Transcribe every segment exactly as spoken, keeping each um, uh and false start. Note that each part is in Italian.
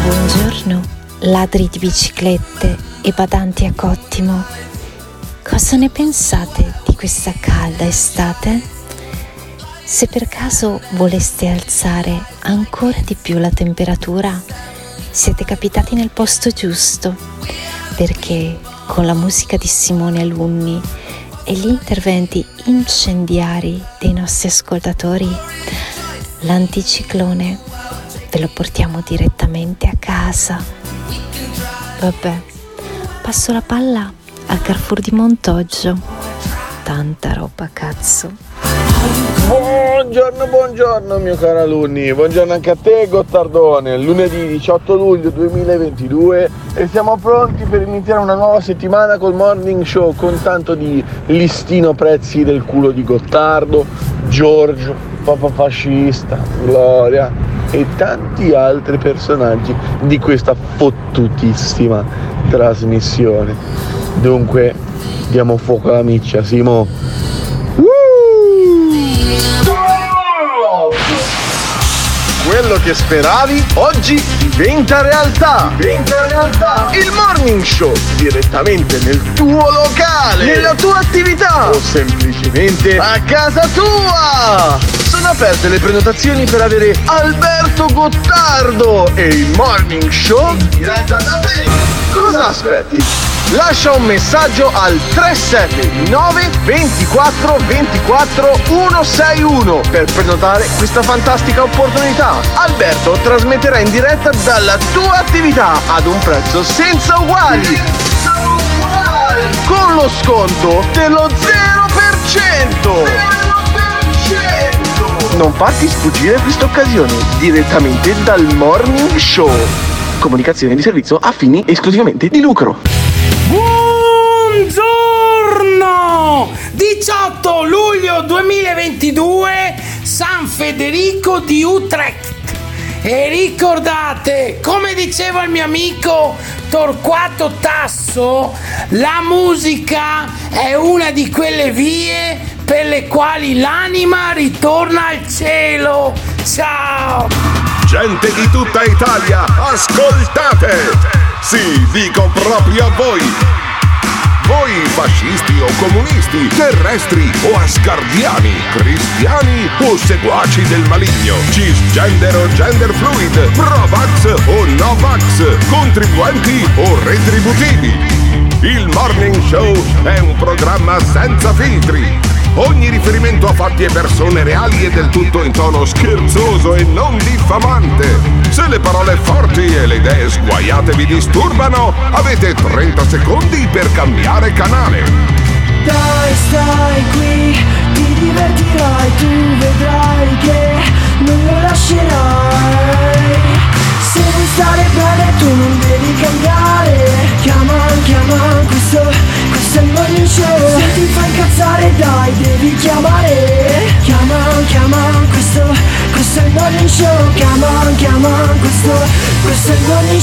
Buongiorno, ladri di biciclette e badanti a cottimo. Cosa ne pensate di questa calda estate? Se per caso voleste alzare ancora di più la temperatura, siete capitati nel posto giusto, perché con la musica di Simone Alunni e gli interventi incendiari dei nostri ascoltatori, l'anticiclone ve lo portiamo direttamente a casa. Vabbè, passo la palla al Carrefour di Montoggio. Tanta roba, cazzo. Buongiorno, buongiorno mio caro Alunni, buongiorno anche a te Gottardone. Lunedì diciotto luglio duemilaventidue e siamo pronti per iniziare una nuova settimana col Morning Show con tanto di listino prezzi del culo di Gottardo, Giorgio, Papa Fascista, Gloria e tanti altri personaggi di questa fottutissima trasmissione. Dunque diamo fuoco alla miccia, Simo. Quello che speravi oggi diventa realtà. Diventa realtà. Il Morning Show direttamente nel tuo locale, nella tua attività o semplicemente a casa tua. Sono aperte le prenotazioni per avere Alberto Gottardo e il Morning Show in diretta da te. Cosa aspetti? Lascia un messaggio al tre sette nove ventiquattro ventiquattro centosessantuno per prenotare questa fantastica opportunità. Alberto trasmetterà in diretta dalla tua attività ad un prezzo senza uguali, senza uguali. Con lo sconto dello zero per cento. zero per cento. Non farti sfuggire questa occasione direttamente dal Morning Show. Comunicazione di servizio a fini esclusivamente di lucro. Buongiorno! diciotto luglio duemilaventidue, San Federico di Utrecht. E ricordate, come diceva il mio amico Torquato Tasso, la musica è una di quelle vie per le quali l'anima ritorna al cielo. Ciao! Gente di tutta Italia, ascoltate! Sì, dico proprio a voi! Voi fascisti o comunisti, terrestri o asgardiani, cristiani o seguaci del maligno, cisgender o gender fluid, pro-vax o no-vax, contribuenti o retributivi. Il Morning Show è un programma senza filtri. Ogni riferimento a fatti e persone reali è del tutto in tono scherzoso e non diffamante. Se le parole forti e le idee sguaiate vi disturbano, avete trenta secondi per cambiare canale. Dai, stai qui, ti divertirai, tu vedrai che non lo lascerai. Se vuoi stare bene tu non devi cambiare. Chiama, chiama, questo, questo è il Morning Show. Se ti fa incazzare dai, devi chiamare. Chiama, chiama, questo, questo è il Morning Show. Chiama, chiama, questo, questo è il Morning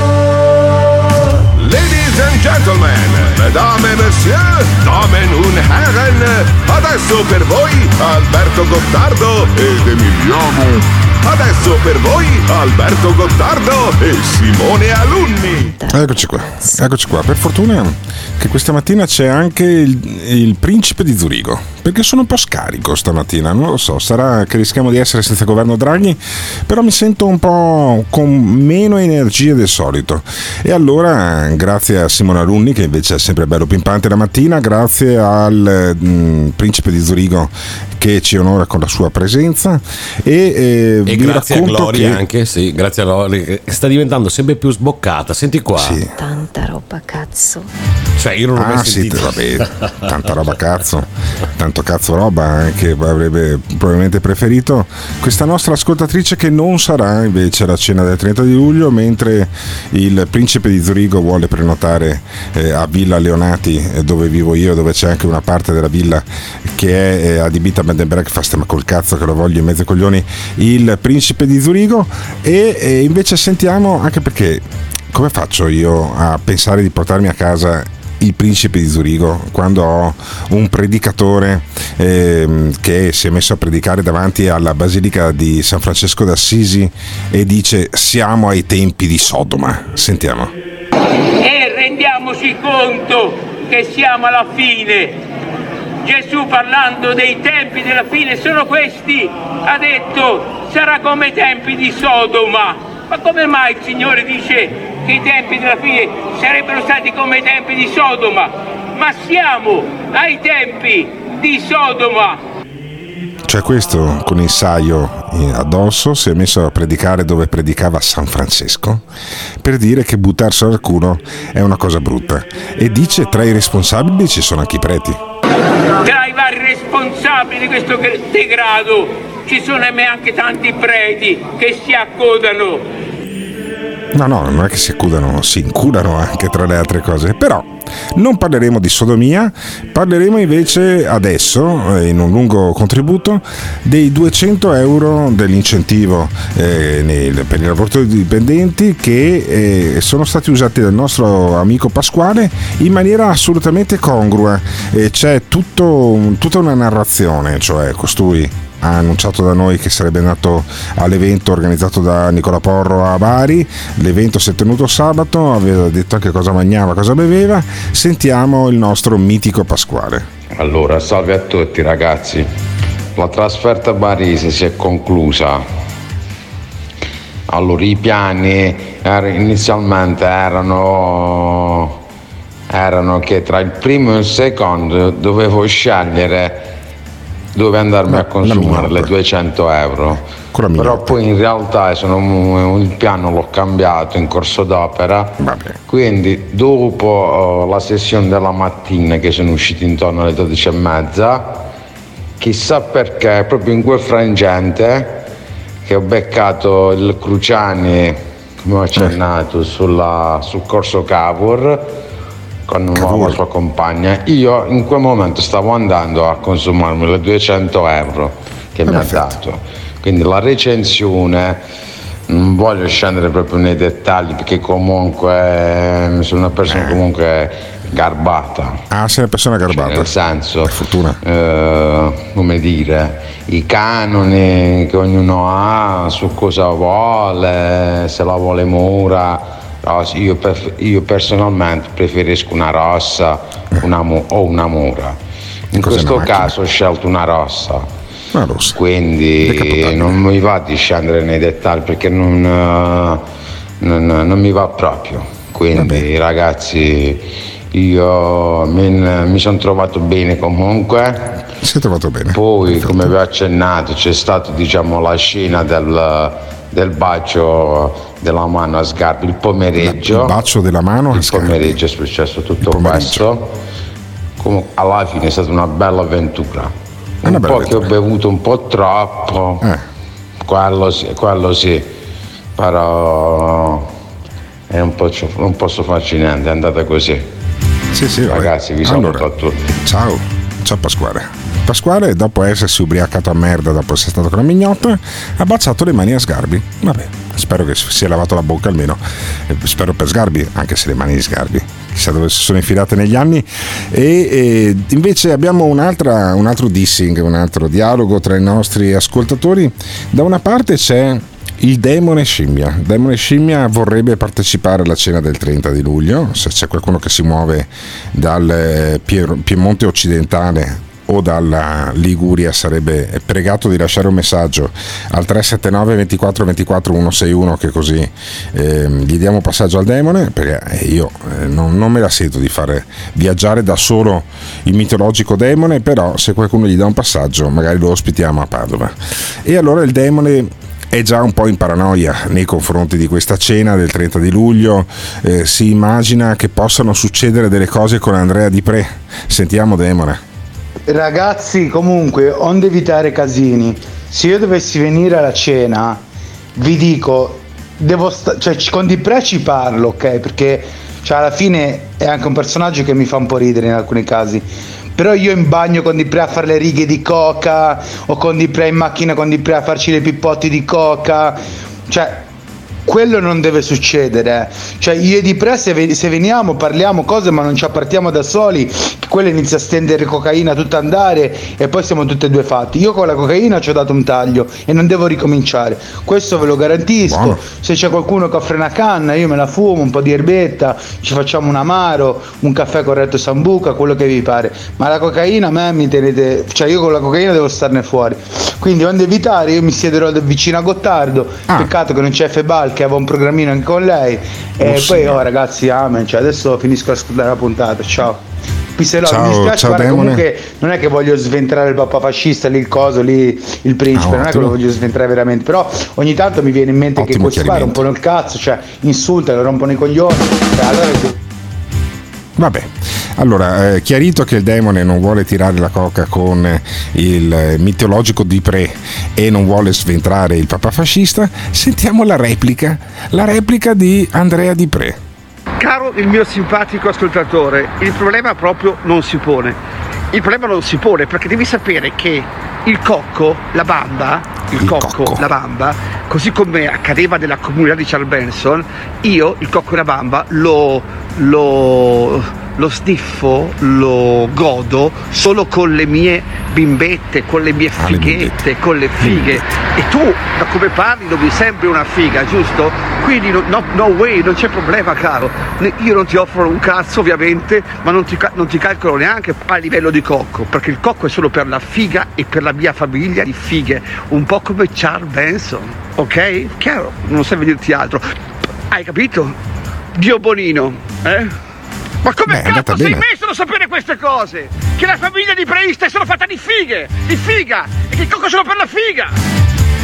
Show. Ladies and gentlemen, mesdames et messieurs, damen und herren, adesso per voi Alberto Gottardo ed Emiliano. Adesso per voi Alberto Gottardo e Simone Alunni. Eccoci qua, eccoci qua. Per fortuna che questa mattina c'è anche il, il principe di Zurigo, perché sono un po' scarico stamattina, non lo so, sarà che rischiamo di essere senza governo Draghi, però mi sento un po' con meno energie del solito. E allora, grazie a Simone Alunni, che invece è sempre bello pimpante la mattina, grazie al mh, principe di Zurigo che ci onora con la sua presenza e, eh, e grazie a Gloria che... anche, sì, grazie a Gloria che sta diventando sempre più sboccata. Senti qua. Sì. Tanta roba, cazzo. Cioè io non l'ho ah, mai sì, sentito. Vabbè, tanta roba cazzo, tanto cazzo roba che avrebbe probabilmente preferito questa nostra ascoltatrice, che non sarà invece la cena del trenta di luglio, mentre il principe di Zurigo vuole prenotare eh, a Villa Leonati, eh, dove vivo io, dove c'è anche una parte della villa che è eh, adibita a bed and breakfast, ma col cazzo che lo voglio in mezzo ai coglioni, il principe di Zurigo. E, e invece sentiamo, anche perché come faccio io a pensare di portarmi a casa il principe di Zurigo, quando ho un predicatore eh, che si è messo a predicare davanti alla basilica di San Francesco d'Assisi e dice: siamo ai tempi di Sodoma. Sentiamo. E rendiamoci conto che siamo alla fine. Gesù, parlando dei tempi della fine, sono questi, ha detto: sarà come i tempi di Sodoma. Ma come mai il Signore dice che i tempi della fine sarebbero stati come i tempi di Sodoma? Ma siamo ai tempi di Sodoma. Cioè, questo con il saio addosso si è messo a predicare dove predicava San Francesco, per dire che buttarsi al culo è una cosa brutta, e dice: tra i responsabili ci sono anche i preti. Tra i vari responsabili di questo degrado ci sono anche tanti preti che si accodano. No, no, non è che si accudano, si incudano anche, tra le altre cose. Però non parleremo di sodomia, parleremo invece adesso, in un lungo contributo, dei duecento euro dell'incentivo eh, nel, per i lavoratori dipendenti che eh, sono stati usati dal nostro amico Pasquale in maniera assolutamente congrua. E c'è tutto, tutta una narrazione, cioè costui ha annunciato da noi che sarebbe andato all'evento organizzato da Nicola Porro a Bari. L'evento si è tenuto sabato, aveva detto anche cosa mangiava, cosa beveva. Sentiamo il nostro mitico Pasquale. Allora, salve a tutti ragazzi. La trasferta a Barese si è conclusa. Allora, i piani inizialmente erano erano che tra il primo e il secondo dovevo scegliere dove andarmi no, a consumare le duecento euro, però poi in realtà sono, il piano l'ho cambiato in corso d'opera. Vabbè. Quindi dopo uh, la sessione della mattina, che sono usciti intorno alle dodici e mezza, chissà perché proprio in quel frangente che ho beccato il Cruciani, come ho accennato, eh. sulla, sul corso Cavour con una sua compagna, io in quel momento stavo andando a consumarmi le duecento euro che mi ha dato. Quindi la recensione, non voglio scendere proprio nei dettagli perché comunque sono una persona comunque garbata. Ah, sei una persona garbata. Cioè, nel senso, per fortuna. Eh, come dire, i canoni che ognuno ha su cosa vuole, se la vuole mura. Io, io personalmente preferisco una rossa una mu- o una mura. In Cos'è questo caso ho scelto una rossa. Una rossa. Quindi non mi va di scendere nei dettagli perché non, non, non mi va proprio. Quindi ragazzi, io mi, mi sono trovato bene comunque. Si è trovato bene. Poi, perfetto, come vi ho accennato, c'è stata, diciamo, la scena del, del bacio della mano a Sgarbi il pomeriggio. Il bacio della mano a Sgarbi. Il pomeriggio è successo tutto questo. Comunque, alla fine è stata una bella avventura. Una un po' avventura. Che ho bevuto un po' troppo, eh. quello, sì, quello sì, però è un po', non posso farci niente, è andata così. Sì, sì, ragazzi, vi saluto allora, a tutti. Ciao, ciao Pasquale. Pasquale, dopo essersi ubriacato a merda, dopo essere stato con la mignotta, ha baciato le mani a Sgarbi. Vabbè, spero che si sia lavato la bocca almeno. Eh, spero per Sgarbi, anche se le mani di Sgarbi chissà dove si sono infilate negli anni. E, e invece abbiamo un'altra, un altro dissing, un altro dialogo tra i nostri ascoltatori. Da una parte c'è il Demone Scimmia. Il Demone Scimmia vorrebbe partecipare alla cena del trenta di luglio. Se c'è qualcuno che si muove dal Piemonte occidentale o dalla Liguria, sarebbe pregato di lasciare un messaggio al tre sette nove ventiquattro ventiquattro centosessantuno, che così eh, gli diamo passaggio al demone, perché io eh, non, non me la sento di fare viaggiare da solo il mitologico demone, però se qualcuno gli dà un passaggio magari lo ospitiamo a Padova. E allora il demone è già un po' in paranoia nei confronti di questa cena del trenta di luglio, eh, si immagina che possano succedere delle cose con Andrea Di Pre. Sentiamo demone. Ragazzi, comunque, onde evitare casini, se io dovessi venire alla cena, vi dico, devo sta- cioè con Di Pre ci parlo, ok? Perché cioè, alla fine è anche un personaggio che mi fa un po' ridere in alcuni casi. Però io in bagno con Di Pre a fare le righe di coca, o con Di Pre in macchina con Di Pre a farci le pippotti di coca, cioè quello non deve succedere. Cioè io e Di Pre se, se veniamo parliamo cose ma non ci appartiamo da soli, che quello inizia a stendere cocaina tutta andare e poi siamo tutti e due fatti. Io con la cocaina ci ho dato un taglio e non devo ricominciare, questo ve lo garantisco. Buono. Se c'è qualcuno che offre una canna io me la fumo, un po' di erbetta, ci facciamo un amaro, un caffè corretto sambuca, quello che vi pare, ma la cocaina a me mi tenete, cioè io con la cocaina devo starne fuori, quindi onde evitare io mi siederò vicino a Gottardo. Ah. Peccato che non c'è Febal che aveva un programmino anche con lei. E oh, poi oh ragazzi, amen, cioè adesso finisco a ascoltare la puntata, ciao. Piselò, mi dispiace, ciao, guarda, comunque non è che voglio sventrare il papà fascista lì, il coso lì, il principe, ah, non è che lo voglio sventrare veramente, però ogni tanto mi viene in mente ottimo che questi qua rompono il cazzo, cioè insultano, rompono i coglioni, cioè, allora... Vabbè, allora, eh, chiarito che il demone non vuole tirare la coca con il mitologico Di Pre e non vuole sventrare il papà fascista, sentiamo la replica, la replica di Andrea Di Pre. Caro il mio simpatico ascoltatore, il problema proprio non si pone. Il problema non si pone perché devi sapere che il cocco, la bamba, il, il cocco, cocco, la bamba, così come accadeva nella comunità di Charles Benson, io il cocco e la bamba lo, lo, lo sniffo, lo godo solo con le mie bimbette, con le mie fighette, ah, con le fighe. E tu, da come parli, non mi sembri una figa, giusto? Quindi no, no, no way, non c'è problema, caro. Io non ti offro un cazzo, ovviamente, ma non ti, non ti calcolo neanche a livello di cocco, perché il cocco è solo per la figa e per la mia famiglia di fighe, un po' come Charles Benson, ok? Chiaro, non serve dirti altro. Hai capito? Dio Bonino, eh? Ma come Beh, cazzo sei bene. messo a sapere queste cose? Che la famiglia di Preista è solo fatta di fighe, di figa, e che il cocco è solo per la figa!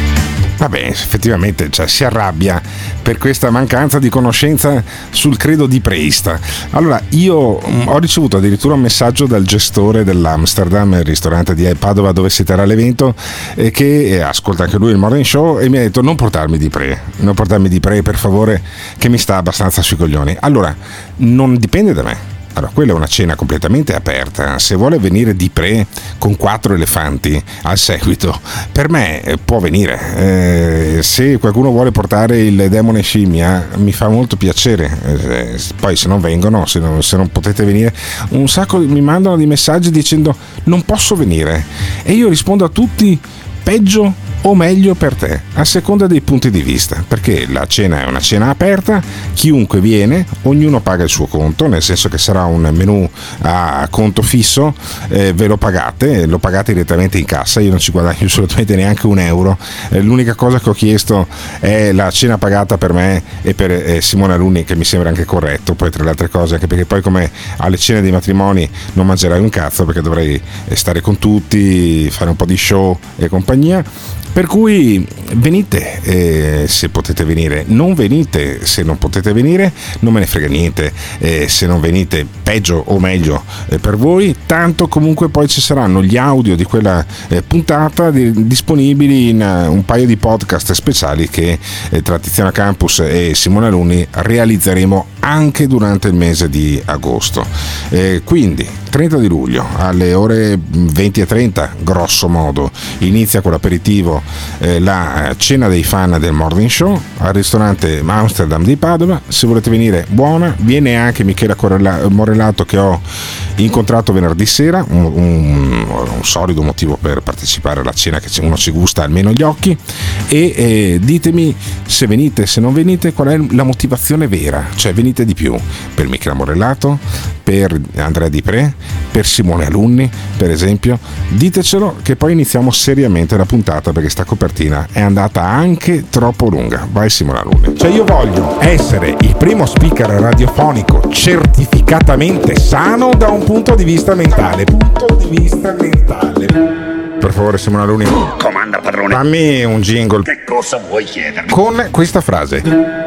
Vabbè, effettivamente, cioè, si arrabbia per questa mancanza di conoscenza sul credo di Preista. Allora, io mh, ho ricevuto addirittura un messaggio dal gestore dell'Amsterdam, il ristorante di Padova dove si terrà l'evento, eh, che eh, ascolta anche lui il Morning Show, e mi ha detto non portarmi Di Pre, non portarmi Di Pre per favore, che mi sta abbastanza sui coglioni. Allora, non dipende da me. Allora, quella è una cena completamente aperta. Se vuole venire Di Pre con quattro elefanti al seguito, per me eh, può venire. Eh, se qualcuno vuole portare il demone scimmia, mi fa molto piacere. Eh, poi se non vengono, se non, se non potete venire, un sacco mi mandano di messaggi dicendo non posso venire. E io rispondo a tutti peggio o meglio per te, a seconda dei punti di vista, perché la cena è una cena aperta, chiunque viene, ognuno paga il suo conto, nel senso che sarà un menù a conto fisso, eh, ve lo pagate, lo pagate direttamente in cassa, io non ci guadagno assolutamente neanche un euro, eh, l'unica cosa che ho chiesto è la cena pagata per me e per eh, Simone Alunni, che mi sembra anche corretto, poi tra le altre cose, anche perché poi come alle cene dei matrimoni non mangerai un cazzo, perché dovrei stare con tutti, fare un po' di show e compagnia. Per cui venite eh, se potete venire, non venite se non potete venire, non me ne frega niente, eh, se non venite peggio o meglio eh, per voi, tanto comunque poi ci saranno gli audio di quella eh, puntata di, disponibili in uh, un paio di podcast speciali che eh, tra Tiziana Campus e Simone Alunni realizzeremo anche durante il mese di agosto. Eh, quindi trenta di luglio alle ore venti e trenta grosso modo inizia con l'aperitivo eh, la cena dei fan del Morning Show al ristorante Amsterdam di Padova. Se volete venire, buona, viene anche Michela Morellato che ho incontrato venerdì sera, un, un, un solido motivo per partecipare alla cena, che uno ci gusta almeno gli occhi, e eh, ditemi se venite, se non venite, qual è la motivazione vera, cioè venite di più per Michela Morellato, per Andrea Di Pre, per Simone Alunni per esempio, ditecelo che poi iniziamo seriamente la puntata, perché sta copertina è andata anche troppo lunga. Vai Simone Alunni. Cioè io voglio essere il primo speaker radiofonico certificatamente sano da un punto di vista mentale. Punto di vista mentale. Per favore Simone Alunni, comanda padrone, fammi un jingle. Che cosa vuoi chiedermi? Con questa frase: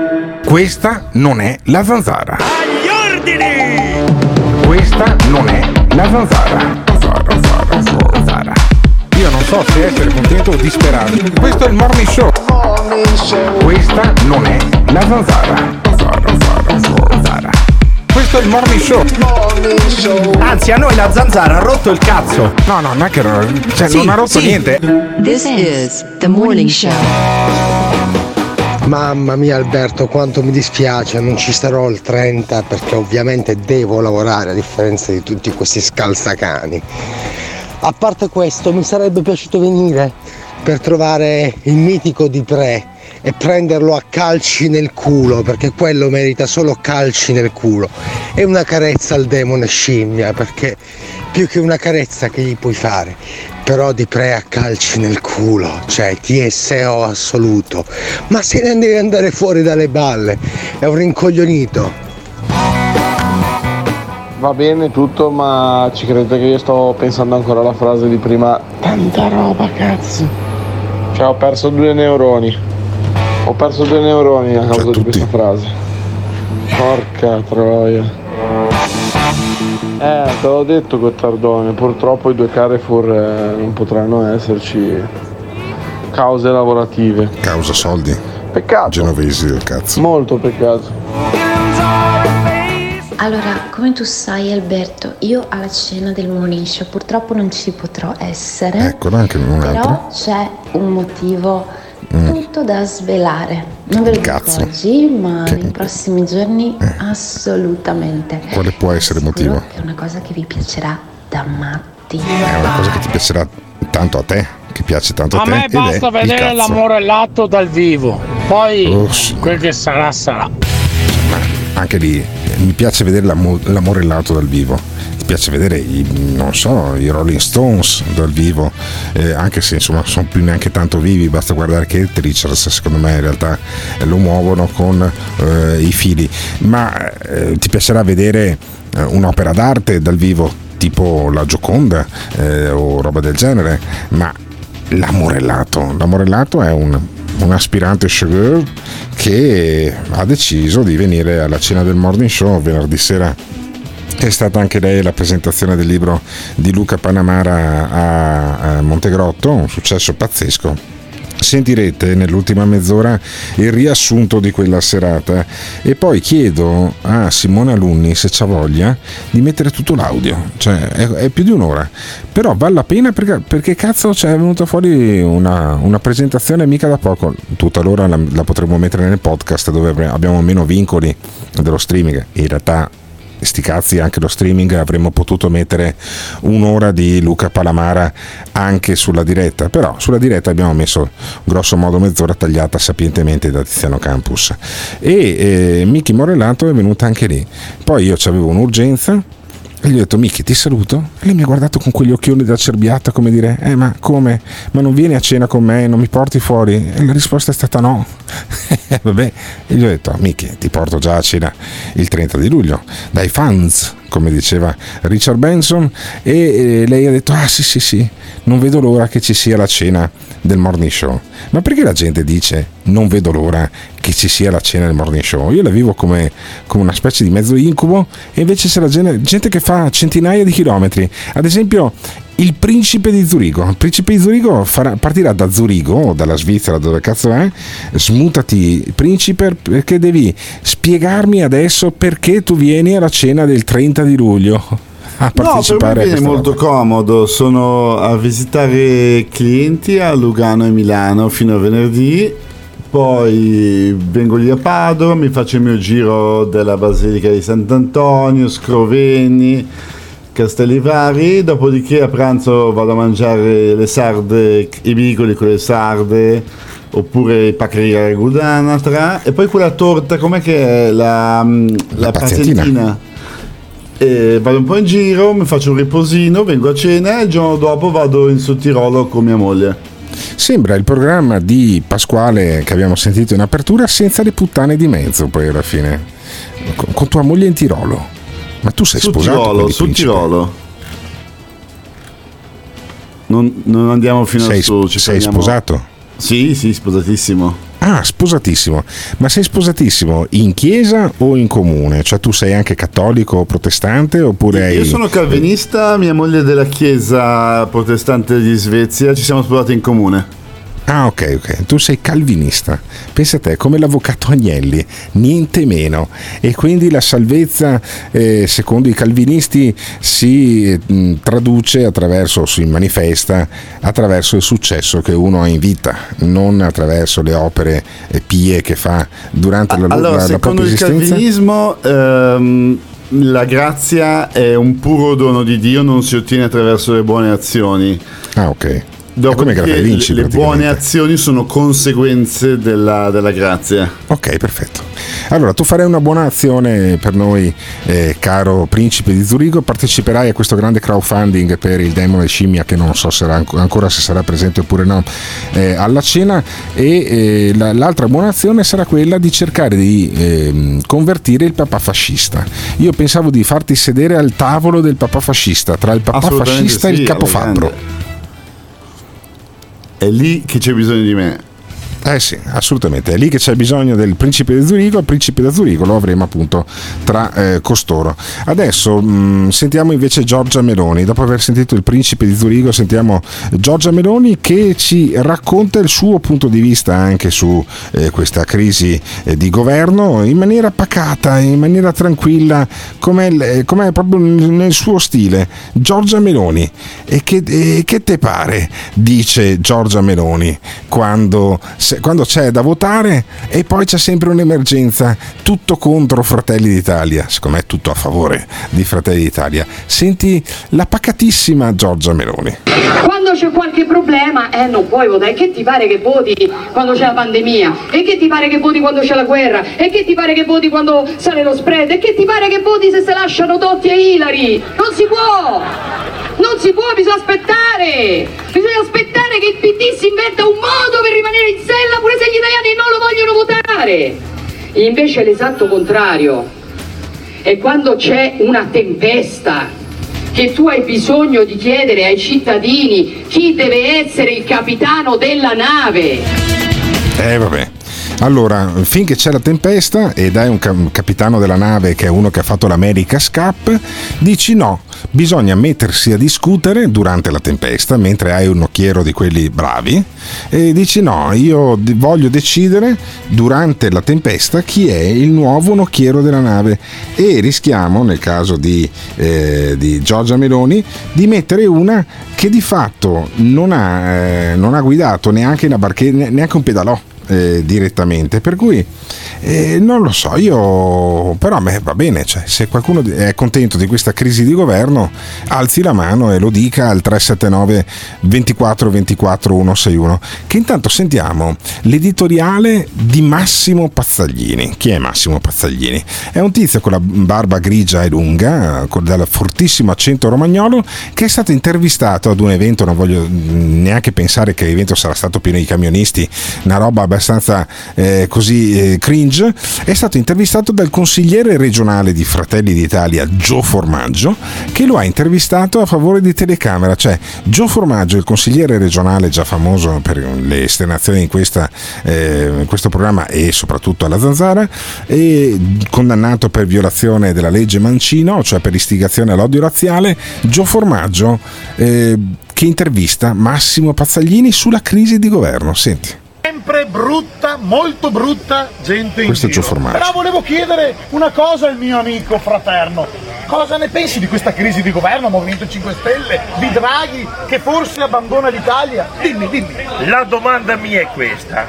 questa non è la zanzara. Agli ordini! Questa non è la zanzara. Zara, zara, zara, zara. Io non so se essere contento o disperato. Questo è il Morning Show. Questa non è la zanzara. Zara, zara, zara, zara. Questo è il Morning Show. Anzi, a noi la zanzara ha rotto il cazzo. No, no, non è che cioè, sì, non ha rotto sì. niente. This is the Morning Show. Mamma mia Alberto, quanto mi dispiace, non ci sarò il trenta perché ovviamente devo lavorare, a differenza di tutti questi scalzacani. A parte questo, mi sarebbe piaciuto venire per trovare il mitico Di Pre e prenderlo a calci nel culo, perché quello merita solo calci nel culo, e una carezza al demone scimmia, perché più che una carezza che gli puoi fare, però Di Pre a calci nel culo, cioè T S O assoluto, ma se ne deve andare fuori dalle balle, è un rincoglionito. Va bene tutto, ma ci credete che io sto pensando ancora alla frase di prima? Tanta roba, cazzo. Cioè ho perso due neuroni. Ho perso due neuroni a causa di questa frase. Porca troia. Eh, te l'ho detto Gottardone, purtroppo i due Carrefour eh, non potranno esserci cause lavorative. Causa soldi. Peccato. Genovesi del cazzo. Molto peccato. Allora, come tu sai Alberto, io alla cena del Morning Show purtroppo non ci potrò essere. Eccolo, anche un altro. Però c'è un motivo Mm. tutto da svelare. Non ve lo dico Cazzo. oggi, ma Che- nei prossimi giorni assolutamente. Quale può essere il Sicuro motivo? che è una cosa che vi piacerà da matti. È una cosa che ti piacerà tanto a te, che piace tanto a, A te. me ed basta è il vedere cazzo. l'amorellato dal vivo, poi Oh, sì. quel che sarà sarà. Ma anche lì eh, mi piace vedere l'amo- l'amorellato dal vivo. Ti piace vedere i, non so, i Rolling Stones dal vivo, eh, anche se insomma sono più neanche tanto vivi, basta guardare che Richards secondo me in realtà eh, lo muovono con eh, i fili. Ma eh, ti piacerà vedere eh, un'opera d'arte dal vivo tipo la Gioconda eh, o roba del genere, ma l'amorellato, l'amorellato è un un aspirante showgirl che ha deciso di venire alla cena del Morning Show venerdì sera. È stata anche lei la presentazione del libro di Luca Panamara a, a Montegrotto, un successo pazzesco. Sentirete nell'ultima mezz'ora il riassunto di quella serata e poi chiedo a Simone Alunni, se c'ha voglia, di mettere tutto l'audio, cioè è, è più di un'ora, però vale la pena perché, perché cazzo c'è venuta fuori una, una presentazione mica da poco. Tutta l'ora la, la potremo mettere nel podcast dove abbiamo meno vincoli dello streaming. In realtà sti cazzi, anche lo streaming avremmo potuto mettere un'ora di Luca Palamara anche sulla diretta, però sulla diretta abbiamo messo grosso modo mezz'ora tagliata sapientemente da Tiziano Campus e eh, Miki Morellato è venuta anche lì. Poi io c'avevo un'urgenza e gli ho detto Miki ti saluto, e lei mi ha guardato con quegli occhioni da cerbiata come dire eh ma come, ma non vieni a cena con me, non mi porti fuori? E la risposta è stata no. Vabbè, e gli ho detto Miki ti porto già a cena il trenta di luglio dai fans, come diceva Richard Benson, e, e lei ha detto ah sì sì sì, non vedo l'ora che ci sia la cena del Morning Show. Ma perché la gente dice non vedo l'ora che ci sia la cena del Morning Show? Io la vivo come, come una specie di mezzo incubo, e invece c'è la gente, gente che fa centinaia di chilometri. Ad esempio il Principe di Zurigo. Il Principe di Zurigo farà, partirà da Zurigo o dalla Svizzera, dove cazzo è, smutati Principe, perché devi spiegarmi adesso perché tu vieni alla cena del trenta di luglio a partecipare. No, per me a viene molto roba. comodo, sono a visitare clienti a Lugano e Milano fino a venerdì, poi vengo lì a Padova, mi faccio il mio giro della Basilica di Sant'Antonio, Scrovegni, Castelli vari, dopodiché a pranzo vado a mangiare le sarde, i bigoli con le sarde, oppure i paccheria regudanatra, e poi quella torta, com'è che è? La, la, la pazientina. pazientina. E vado un po' in giro, mi faccio un riposino, vengo a cena e il giorno dopo vado in Sudtirolo con mia moglie. Sembra il programma di Pasquale che abbiamo sentito in apertura, senza le puttane di mezzo poi alla fine, con, con tua moglie in Tirolo. Ma tu sei Sul sposato? Tirolo, quindi, sul Principe? Tirolo. Non, non andiamo fino Sei a su. Ci sei fermiamo. sposato? Sì, sì, sposatissimo. Ah, sposatissimo. Ma sei sposatissimo in chiesa o in comune? Cioè tu sei anche cattolico o protestante oppure hai... Io sono calvinista, mia moglie è della chiesa protestante di Svezia, ci siamo sposati in comune. Ah, ok, ok. Tu sei calvinista. Pensa a te, come l'avvocato Agnelli, niente meno. E quindi la salvezza, eh, secondo i calvinisti, si mh, traduce attraverso, si manifesta attraverso il successo che uno ha in vita, non attraverso le opere eh, pie che fa durante la, allora, la, la propria esistenza. Secondo il calvinismo, ehm, la grazia è un puro dono di Dio, non si ottiene attraverso le buone azioni. Ah, ok. Dopodiché vinci, le buone azioni sono conseguenze della, della grazia. Ok, perfetto. Allora, tu farai una buona azione per noi, eh, caro principe di Zurigo. Parteciperai a questo grande crowdfunding per il demone scimmia, che non so se sarà ancora se sarà presente oppure no, eh, alla cena. E eh, la, l'altra buona azione sarà quella di cercare di eh, convertire il papà fascista. Io pensavo di farti sedere al tavolo del papà fascista, tra il papà fascista sì, e il capofabbro. È lì che c'è bisogno di me. Eh sì, assolutamente, è lì che c'è bisogno del principe di Zurigo. Il principe da Zurigo lo avremo appunto tra eh, costoro. Adesso mh, sentiamo invece Giorgia Meloni. Dopo aver sentito il principe di Zurigo, sentiamo Giorgia Meloni che ci racconta il suo punto di vista anche su eh, questa crisi eh, di governo in maniera pacata, in maniera tranquilla, come è proprio nel suo stile. Giorgia Meloni. E che, e che te pare? Dice Giorgia Meloni quando quando c'è da votare e poi c'è sempre un'emergenza, tutto contro Fratelli d'Italia, secondo me tutto a favore di Fratelli d'Italia. Senti la pacatissima Giorgia Meloni. Quando c'è qualche problema, eh non puoi votare. E che ti pare che voti quando c'è la pandemia? E che ti pare che voti quando c'è la guerra? E che ti pare che voti quando sale lo spread? E che ti pare che voti se si lasciano Totti e Ilari? Non si può! Non si può, bisogna aspettare! Bisogna aspettare che il P D si inventa un modo per rimanere in sella pure se gli italiani non lo vogliono votare! Invece è l'esatto contrario. È quando c'è una tempesta che tu hai bisogno di chiedere ai cittadini chi deve essere il capitano della nave. Eh vabbè. Allora, finché c'è la tempesta ed hai un capitano della nave che è uno che ha fatto l'America's Cup, dici no, bisogna mettersi a discutere durante la tempesta mentre hai un occhiero di quelli bravi e dici no, io voglio decidere durante la tempesta chi è il nuovo nocchiero della nave e rischiamo, nel caso di, eh, di Giorgia Meloni, di mettere una che di fatto non ha, eh, non ha guidato neanche una barchetta, neanche un pedalò. Eh, direttamente, per cui eh, non lo so, io però a me va bene, cioè, se qualcuno è contento di questa crisi di governo alzi la mano e lo dica al tre sette nove ventiquattro ventiquattro centosessantuno, che intanto sentiamo l'editoriale di Massimo Pazzaglini. Chi è Massimo Pazzaglini? È un tizio con la barba grigia e lunga, con dal fortissimo accento romagnolo, che è stato intervistato ad un evento, non voglio neanche pensare che l'evento sarà stato pieno di camionisti, una roba abbastanza eh, così eh, cringe. È stato intervistato dal consigliere regionale di Fratelli d'Italia Gio Formaggio, che lo ha intervistato a favore di telecamera. Cioè Gio Formaggio, il consigliere regionale già famoso per le esternazioni in, questa, eh, in questo programma e soprattutto alla Zanzara, è condannato per violazione della legge Mancino, cioè per istigazione all'odio razziale. Gio Formaggio eh, che intervista Massimo Pazzaglini sulla crisi di governo. Senti. Sempre brutta, molto brutta gente in Questo giro. è Gio Formaggio. Però volevo chiedere una cosa al mio amico fraterno. Cosa ne pensi di questa crisi di governo, Movimento cinque Stelle, di Draghi che forse abbandona l'Italia? Dimmi, dimmi. La domanda mia è questa.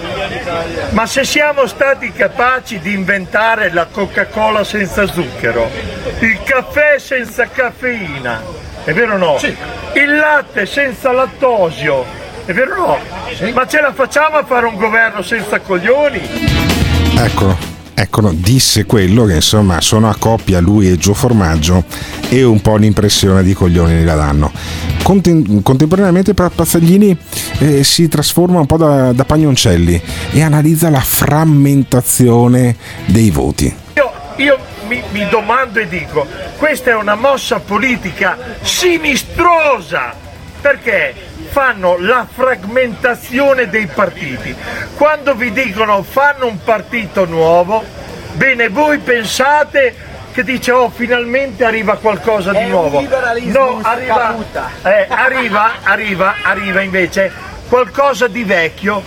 Ma se siamo stati capaci di inventare la Coca-Cola senza zucchero, il caffè senza caffeina, è vero o no? Sì. Il latte senza lattosio, è vero o no? Sì. Ma ce la facciamo a fare un governo senza coglioni? Eccolo, eccolo, disse quello che insomma sono a coppia lui e Gio Formaggio e un po' l'impressione di coglioni la danno. Contem- contemporaneamente Pazzaglini eh, si trasforma un po' da, da Pagnoncelli e analizza la frammentazione dei voti. Io, io mi, mi domando e dico, questa è una mossa politica sinistrosa, perché fanno la frammentazione dei partiti. Quando vi dicono fanno un partito nuovo, bene, voi pensate che dice oh finalmente arriva qualcosa di nuovo. No, arriva, eh, arriva, arriva, arriva invece qualcosa di vecchio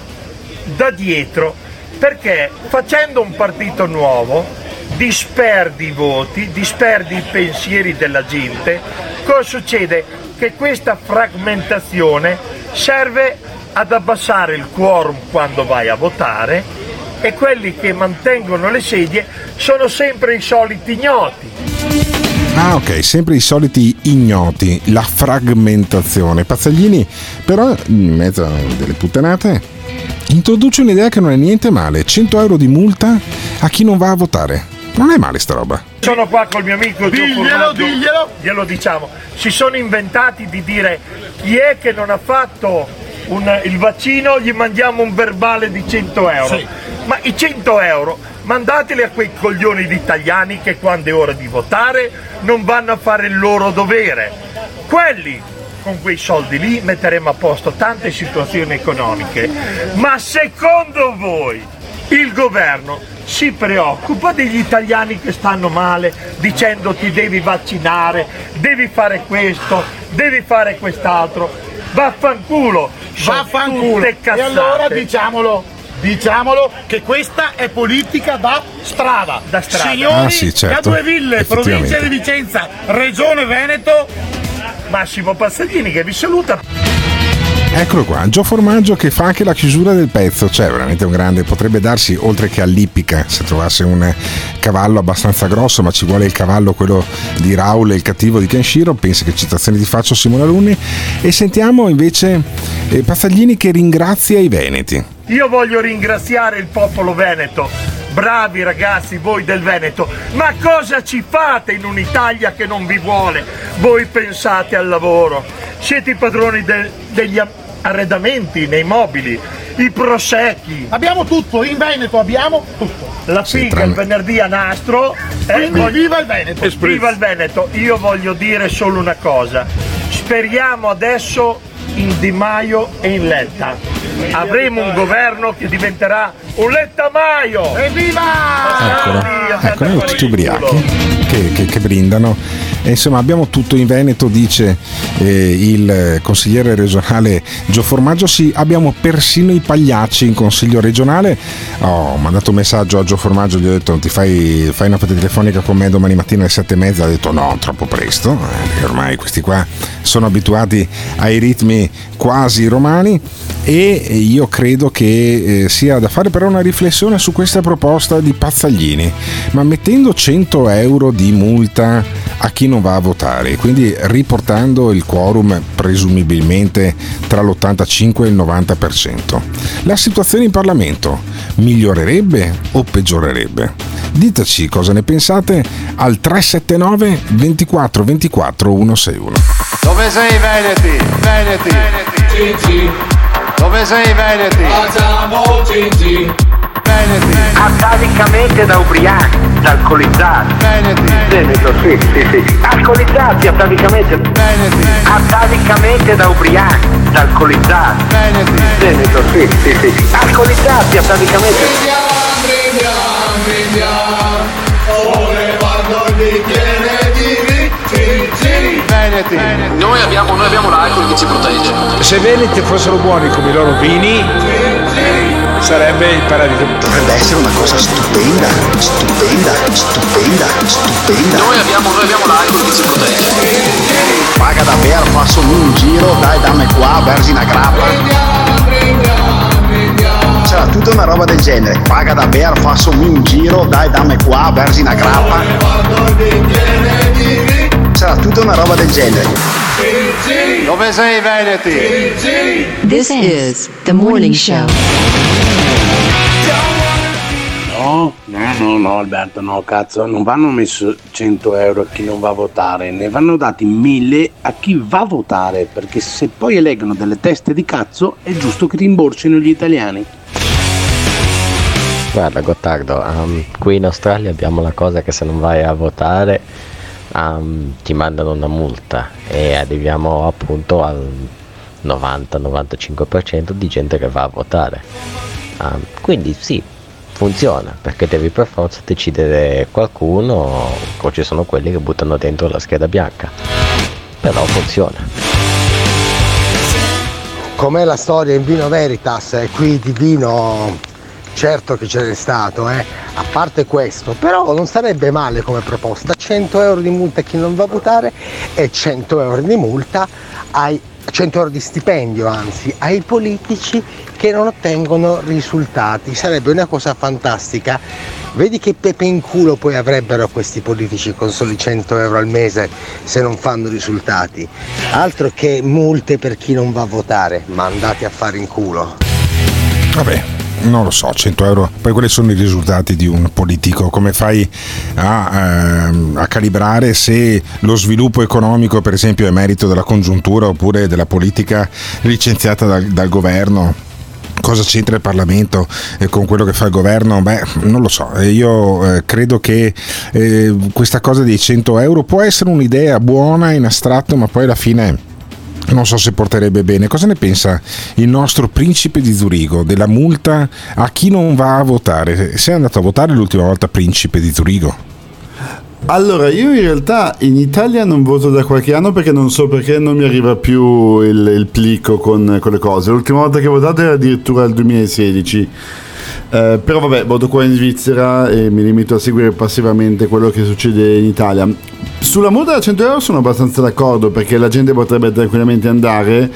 da dietro, perché facendo un partito nuovo disperdi i voti, disperdi i pensieri della gente. Cosa succede? Che questa fragmentazione serve ad abbassare il quorum quando vai a votare, e quelli che mantengono le sedie sono sempre i soliti ignoti. Ah, ok, sempre i soliti ignoti, la fragmentazione. Pazzaglini, però, in mezzo a delle puttanate, introduce un'idea che non è niente male: cento euro di multa a chi non va a votare. Non è male sta roba. Sono qua col mio amico Gio Diglielo, Formaggio, diglielo. glielo diciamo. Si sono inventati di dire: chi è che non ha fatto un, il vaccino, gli mandiamo un verbale di cento euro. Sì. Ma i cento euro mandateli a quei coglioni di italiani che quando è ora di votare non vanno a fare il loro dovere. Quelli, con quei soldi lì, metteremo a posto tante situazioni economiche. Ma secondo voi il governo si preoccupa degli italiani che stanno male, dicendo ti devi vaccinare, devi fare questo, devi fare quest'altro? Vaffanculo! Vaffanculo! E allora diciamolo, diciamolo che questa è politica da strada. Da strada. Signori, Ah, sì, certo. Cadueville, provincia di Vicenza, regione Veneto, Massimo Pazzaglini che vi saluta. Eccolo qua, Gio Formaggio che fa anche la chiusura del pezzo, cioè veramente un grande, potrebbe darsi, oltre che all'ippica, se trovasse un cavallo abbastanza grosso, ma ci vuole il cavallo, quello di Raul e il cattivo di Kenshiro. Pensa che citazioni ti faccio, Simone Alunni. E sentiamo invece eh, Pazzaglini che ringrazia i veneti. Io voglio ringraziare il popolo veneto. Bravi ragazzi, voi del Veneto, ma cosa ci fate in un'Italia che non vi vuole? Voi pensate al lavoro, siete i padroni de- degli arredamenti, nei mobili, i prosecchi. abbiamo tutto, in Veneto abbiamo tutto. La figa il venerdì a nastro. Quindi viva il Veneto! Viva il Veneto! Io voglio dire solo una cosa. Speriamo adesso in Di Maio e in Letta. Avremo un governo che diventerà un Lettamaio! Evviva! Eccolo, ecco, tutti ubriachi che, che, che brindano. E insomma abbiamo tutto in Veneto, dice eh, il consigliere regionale Gio Formaggio. Sì, abbiamo persino i pagliacci in consiglio regionale. Ho mandato un messaggio a Gio Formaggio, gli ho detto ti fai, fai una telefonica con me domani mattina alle sette e mezza. Ha detto no, troppo presto, eh, perché ormai questi qua sono abituati ai ritmi quasi romani. E io credo che eh, sia da fare però una riflessione su questa proposta di Pazzaglini, ma mettendo cento euro di multa a chi non va a votare, quindi riportando il quorum presumibilmente tra l'ottantacinque e il novanta per cento, la situazione in Parlamento migliorerebbe o peggiorerebbe? Diteci cosa ne pensate al tre sette nove ventiquattro ventiquattro centosessantuno. Dove sei Veneti? Veneti. Cinci. Dove sei Veneti? Facciamo Cinci. Veneti. Atavicamente da ubriachi, da alcolizzati. Veneti. Veneto, sì, sì, sì. Alcolizzati atavicamente. Veneti. Atavicamente da ubriachi, da alcolizzati. Veneti. Veneto, sì, sì, sì. Alcolizzati atavicamente. Brindiamo, brindiamo, sollevando il bicchiere di Cinci. Veneti. Noi abbiamo, noi abbiamo l'alcol che ci protegge. Se Veneti fossero buoni come i loro vini, sarebbe il paradiso. Dovrebbe essere una cosa stupenda, stupenda, stupenda, stupenda. Noi abbiamo, noi abbiamo l'alcol che ci protegge. Paga davvero, fassami un giro, dai dammi qua, versi una grappa. C'era tutta una roba del genere. Paga davvero, fassami un giro, dai dammi qua, versi una grappa. C'era tutta una roba del genere. Dove sei Veneti? This is the morning show. No, no, no, no, Alberto, no, cazzo, non vanno messo cento euro a chi non va a votare, ne vanno dati mille a chi va a votare, perché se poi eleggono delle teste di cazzo è giusto che rimborsino gli italiani. Guarda Gottardo, um, qui in Australia abbiamo la cosa che se non vai a votare um, ti mandano una multa e arriviamo appunto al novanta novantacinque per cento di gente che va a votare. Um, quindi sì, funziona, perché devi per forza decidere qualcuno, o ci sono quelli che buttano dentro la scheda bianca, però funziona. com'è la storia in Vino Veritas, e qui di vino certo che ce n'è stato, eh. A parte questo, però non sarebbe male come proposta, cento euro di multa a chi non va a votare e cento euro di multa ai cento euro di stipendio, anzi, ai politici che non ottengono risultati. Sarebbe una cosa fantastica. Vedi che pepe in culo poi avrebbero questi politici con soli cento euro al mese se non fanno risultati. Altro che multe per chi non va a votare, ma andate a fare in culo. Vabbè, non lo so, cento euro, poi quali sono i risultati di un politico? Come fai a, ehm, a calibrare se lo sviluppo economico, per esempio, è merito della congiuntura oppure della politica licenziata dal, dal governo? Cosa c'entra il Parlamento eh, con quello che fa il governo? Beh, non lo so, io eh, credo che eh, questa cosa dei cento euro può essere un'idea buona in astratto, ma poi alla fine non so se porterebbe bene. Cosa ne pensa il nostro principe di Zurigo della multa a chi non va a votare? Sei andato a votare l'ultima volta, principe di Zurigo? Allora, io in realtà in Italia non voto da qualche anno perché non so perché non mi arriva più il, il plico con, con le cose. L'ultima volta che ho votato era addirittura il duemilasedici. Eh, però vabbè, voto qua in Svizzera e mi limito a seguire passivamente quello che succede in Italia. Sulla multa da cento euro sono abbastanza d'accordo, perché la gente potrebbe tranquillamente andare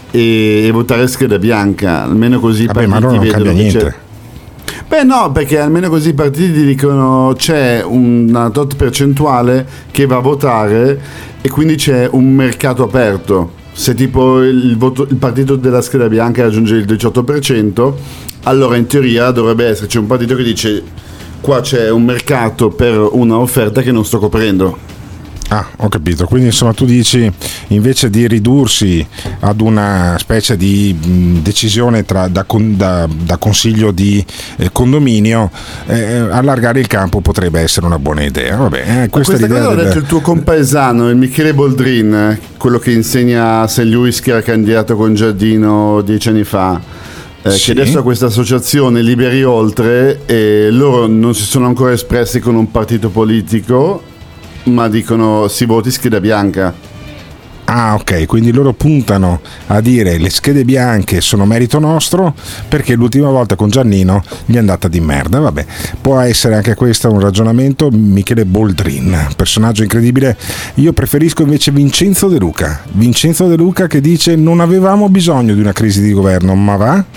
e, e votare scheda bianca, almeno così. Vabbè, ma non cambia niente. Beh no, perché almeno così i partiti dicono c'è una tot percentuale che va a votare e quindi c'è un mercato aperto. Se tipo il, voto, il partito della scheda bianca raggiunge il diciotto per cento, allora in teoria dovrebbe esserci un partito che dice qua c'è un mercato per una offerta che non sto coprendo. Ah, ho capito. Quindi insomma tu dici, invece di ridursi ad una specie di mh, decisione tra, da, da, da consiglio di eh, condominio, eh, allargare il campo potrebbe essere una buona idea. Vabbè, eh, questa, questa cosa l'ha del... detto il tuo compaesano, il Michele Boldrin, quello che insegna a Saint Louis, che era candidato con Giardino dieci anni fa. Eh, sì. Che adesso ha questa associazione Liberi Oltre e loro non si sono ancora espressi con un partito politico, ma dicono si voti scheda bianca. Ah, ok, quindi loro puntano a dire le schede bianche sono merito nostro perché l'ultima volta con Giannino gli è andata di merda. Vabbè, può essere anche questo un ragionamento. Michele Boldrin, personaggio incredibile. Io preferisco invece Vincenzo De Luca. Vincenzo De Luca che dice non avevamo bisogno di una crisi di governo, ma va?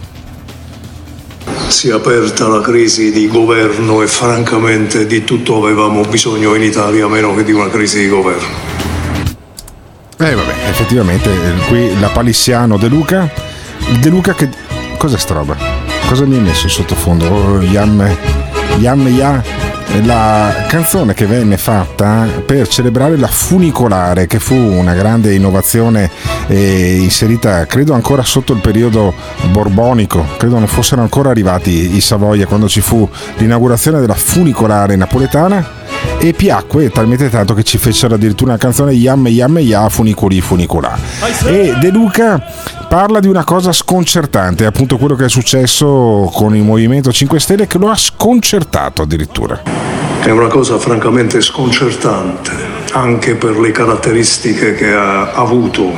Si è aperta la crisi di governo e francamente di tutto avevamo bisogno in Italia meno che di una crisi di governo. Eh vabbè, effettivamente qui la palissiano De Luca. De Luca che... cos'è sta roba? Cosa mi hai messo in sottofondo? Oh, Yam Yam Ya, la canzone che venne fatta per celebrare la funicolare, che fu una grande innovazione eh, inserita credo ancora sotto il periodo borbonico, credo non fossero ancora arrivati i Savoia quando ci fu l'inaugurazione della funicolare napoletana, e piacque talmente tanto che ci fecero addirittura una canzone Yam Yam Ya funicoli funicolà. E De Luca parla di una cosa sconcertante, appunto quello che è successo con il Movimento cinque Stelle, che lo ha sconcertato addirittura. È una cosa francamente sconcertante, anche per le caratteristiche che ha avuto.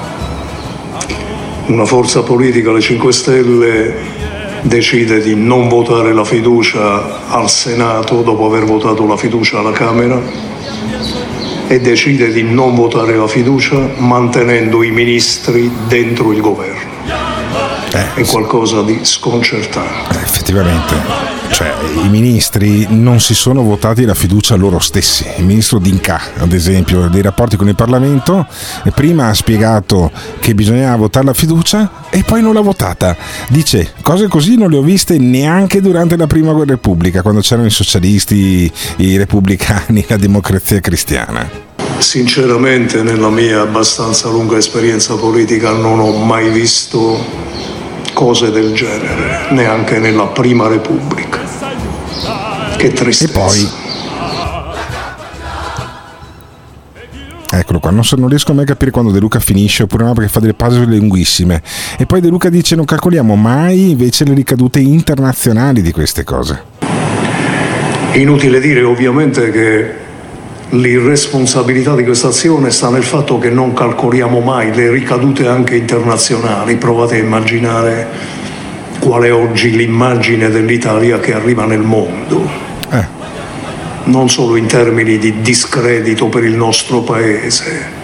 Una forza politica, le cinque Stelle, decide di non votare la fiducia al Senato dopo aver votato la fiducia alla Camera e decide di non votare la fiducia mantenendo i ministri dentro il governo. Eh, È qualcosa di sconcertante. Eh, effettivamente. Cioè, i ministri non si sono votati la fiducia loro stessi. Il ministro D'Inca, ad esempio, dei rapporti con il Parlamento, prima ha spiegato che bisognava votare la fiducia e poi non l'ha votata. Dice, cose così non le ho viste neanche durante la Prima Repubblica, quando c'erano i socialisti, i repubblicani, la Democrazia Cristiana. Sinceramente, nella mia abbastanza lunga esperienza politica non ho mai visto cose del genere, neanche nella Prima Repubblica. Che tristezza. E poi eccolo qua, non, so, non riesco mai a capire quando De Luca finisce oppure no, perché fa delle pause lunghissime. E poi De Luca dice non calcoliamo mai invece le ricadute internazionali di queste cose. Inutile dire ovviamente che L'irresponsabilità di questa azione sta nel fatto che non calcoliamo mai le ricadute anche internazionali. Provate a immaginare qual è oggi l'immagine dell'Italia che arriva nel mondo. Eh. Non solo in termini di discredito per il nostro paese.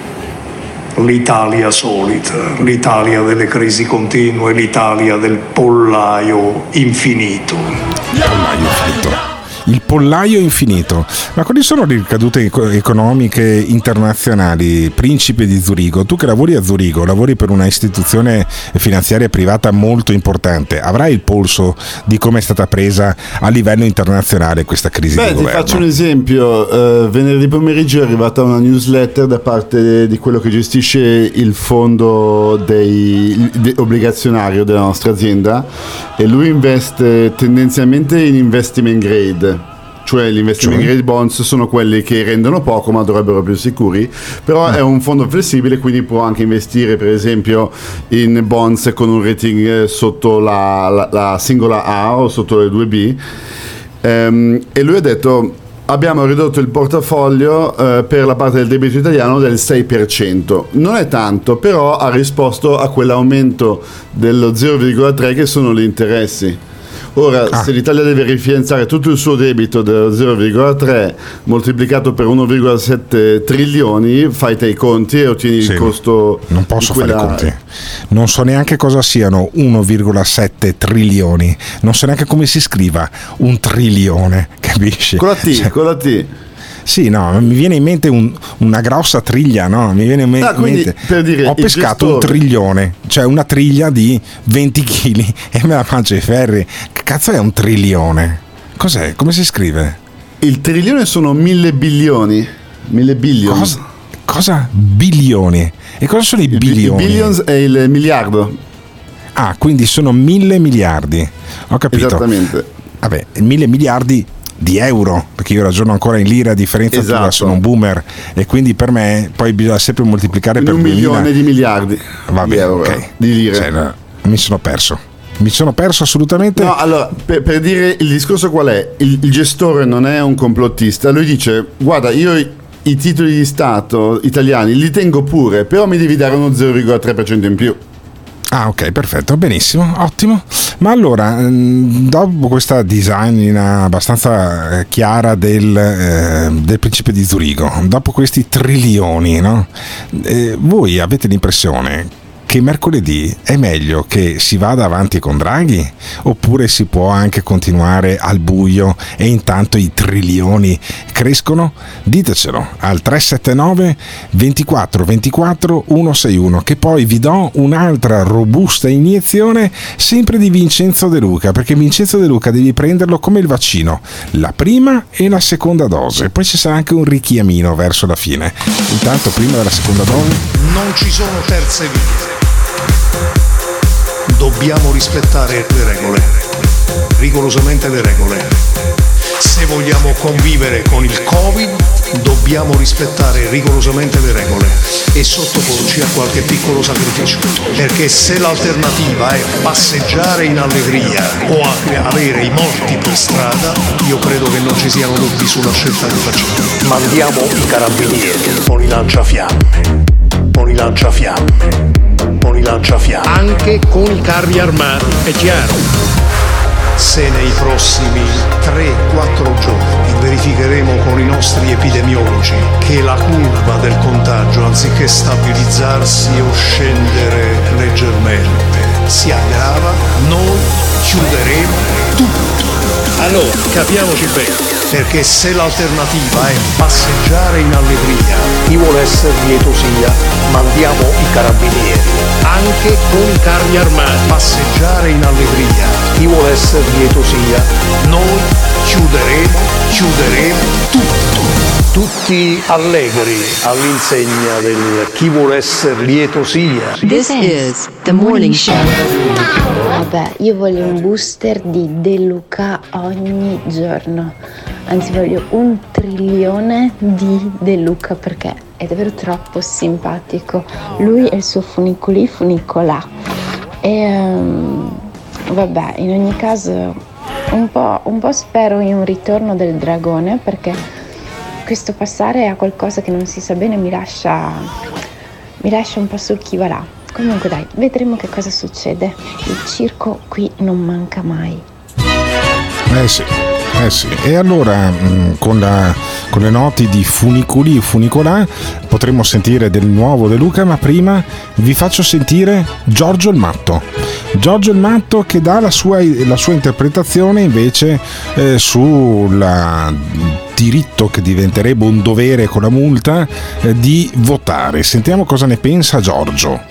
L'Italia solita, l'Italia delle crisi continue, l'Italia del pollaio infinito. Pollaio infinito. Il pollaio infinito. Ma quali sono le ricadute economiche internazionali, Principe di Zurigo? Tu che lavori a Zurigo, lavori per una istituzione finanziaria privata molto importante, avrai il polso di come è stata presa a livello internazionale questa crisi Beh, di governo? Ti faccio un esempio. Uh, venerdì pomeriggio è arrivata una newsletter da parte di quello che gestisce il fondo dei, de, obbligazionario della nostra azienda, e lui investe tendenzialmente in investment grade. Cioè gli investment grade bonds sono quelli che rendono poco ma dovrebbero più sicuri, però è un fondo flessibile, quindi può anche investire per esempio in bonds con un rating sotto la, la, la singola A o sotto le due B, ehm, e lui ha detto: abbiamo ridotto il portafoglio eh, per la parte del debito italiano del sei per cento. Non è tanto, però ha risposto a quell'aumento dello zero virgola tre che sono gli interessi. Ora, ah. se l'Italia deve rifinanziare tutto il suo debito dello zero virgola tre moltiplicato per uno virgola sette trilioni, fai te i conti e ottieni sì, il costo. Non posso quella... fare i conti. Non so neanche cosa siano uno virgola sette trilioni. Non so neanche come si scriva un trilione, capisci? Con la T, cioè, con la T. Sì, no, mi viene in mente un, una grossa triglia, no? Mi viene in mente. Ah, quindi, per dire, ho pescato gestore... un triglione, cioè una triglia di venti chili e me la mangio ai ferri. Che cazzo è un trilione? Cos'è? Come si scrive? Il trilione sono mille bilioni. Mille billion. Cosa? Cosa? Bilioni. E cosa sono i il, bilioni? Il billions è il miliardo. Ah, quindi sono mille miliardi. Ho capito. Esattamente. Vabbè, mille miliardi di euro, perché io ragiono ancora in lira, a differenza esatto. tua, sono un boomer e quindi per me poi bisogna sempre moltiplicare in per un milione di miliardi va bene, di euro, okay. di lire. Cioè, no, mi sono perso mi sono perso assolutamente. No, allora, per, per dire il discorso qual è, il, il gestore non è un complottista, lui dice: guarda, io i, i titoli di Stato italiani li tengo pure, però mi devi dare uno zero virgola tre per cento in più. Ah, ok, perfetto, benissimo, ottimo. Ma allora, dopo questa disamina abbastanza chiara del, eh, del Principe di Zurigo, dopo questi trilioni, no? Eh, voi avete l'impressione che mercoledì è meglio che si vada avanti con Draghi, oppure si può anche continuare al buio e intanto i trilioni crescono? Ditecelo al tre sette nove ventiquattro ventiquattro centosessantuno, che poi vi do un'altra robusta iniezione sempre di Vincenzo De Luca, perché Vincenzo De Luca devi prenderlo come il vaccino, la prima e la seconda dose, poi ci sarà anche un richiamino verso la fine. Intanto prima della seconda dose non ci sono terze vie. Dobbiamo rispettare le regole, rigorosamente le regole. Se vogliamo convivere con il Covid, dobbiamo rispettare rigorosamente le regole e sottoporci a qualche piccolo sacrificio. Perché se l'alternativa è passeggiare in allegria o avere i morti per strada, io credo che non ci siano dubbi sulla scelta che facciamo. Mandiamo i carabinieri con i lanciafiamme, con i lanciafiamme. con i lanciafiamme, anche con i carri armati, è chiaro. Se nei prossimi tre quattro giorni verificheremo con i nostri epidemiologi che la curva del contagio, anziché stabilizzarsi o scendere leggermente, si aggrava, noi chiuderemo tutto. Allora, capiamoci bene. Perché se l'alternativa è passeggiare in allegria, chi vuole essere lieto sia, mandiamo i carabinieri, anche con i carri armati. Passeggiare in allegria, chi vuole essere lieto sia, noi chiuderemo, chiuderemo tutto. Tutti allegri all'insegna del chi vuole essere lieto sia. This is the morning show. Vabbè, io voglio un booster di De Luca ogni giorno. Anzi, voglio un trilione di De Luca perché è davvero troppo simpatico. Lui e il suo funicolì funicolà. E um, vabbè, in ogni caso un po', un po' spero in un ritorno del dragone, perché questo passare a qualcosa che non si sa bene mi lascia, mi lascia un po' sul chi va là. Comunque dai, vedremo che cosa succede. Il circo qui non manca mai. Eh sì, eh sì. E allora mh, con, la, con le noti di Funiculi e Funicolà potremo sentire del nuovo De Luca, ma prima vi faccio sentire Giorgio il Matto. Giorgio il Matto che dà la sua, la sua interpretazione invece eh, sul diritto che diventerebbe un dovere con la multa eh, di votare. Sentiamo cosa ne pensa Giorgio.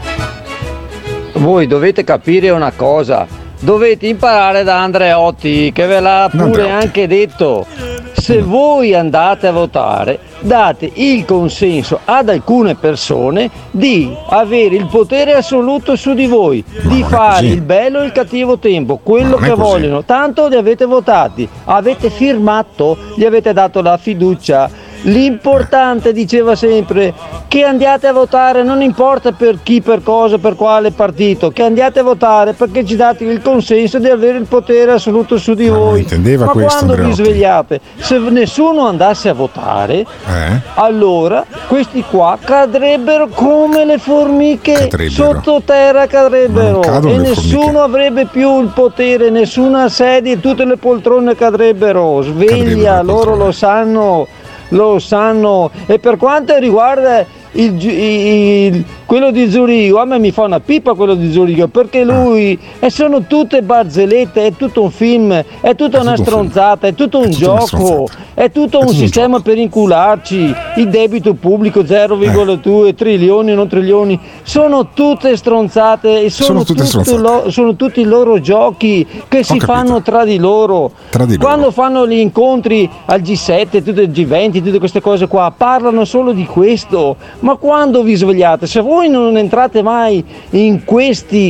Voi dovete capire una cosa, dovete imparare da Andreotti che ve l'ha pure Andreotti. anche detto. Se voi andate a votare, date il consenso ad alcune persone di avere il potere assoluto su di voi, Ma di fare il bello e il cattivo tempo, quello che vogliono. Tanto li avete votati, avete firmato, gli avete dato la fiducia. L'importante, diceva sempre, che andiate a votare, non importa per chi, per cosa, per quale partito, che andiate a votare perché ci date il consenso di avere il potere assoluto su di Ma voi. intendeva Ma questo, quando Andreotti. vi svegliate, se nessuno andasse a votare, Eh? allora questi qua cadrebbero come le formiche, Cadrebbero. sottoterra cadrebbero, Ma non cadono e le nessuno formiche. avrebbe più il potere, nessuna sedia, tutte le poltrone cadrebbero. Sveglia, Cadrebbero le loro poltrone. lo sanno, lo sanno. E per quanto riguarda il, gi- il- quello di Zurigo, a me mi fa una pipa quello di Zurigo, perché lui e sono tutte barzellette, è tutto un film, è tutta una tutto un stronzata, è tutto un È tutta una gioco, stronzata. è tutto un tutto un sistema per incularci. Il debito pubblico zero virgola due trilioni, non trilioni, sono tutte stronzate e sono, Sono tutte tutto stronzate. lo- sono tutti i loro giochi che si capito. fanno tra di loro. Tra di loro. Quando fanno gli incontri al G sette, tutte il G venti, tutte queste cose qua, parlano solo di questo. Ma quando vi svegliate, se voi non entrate mai in questi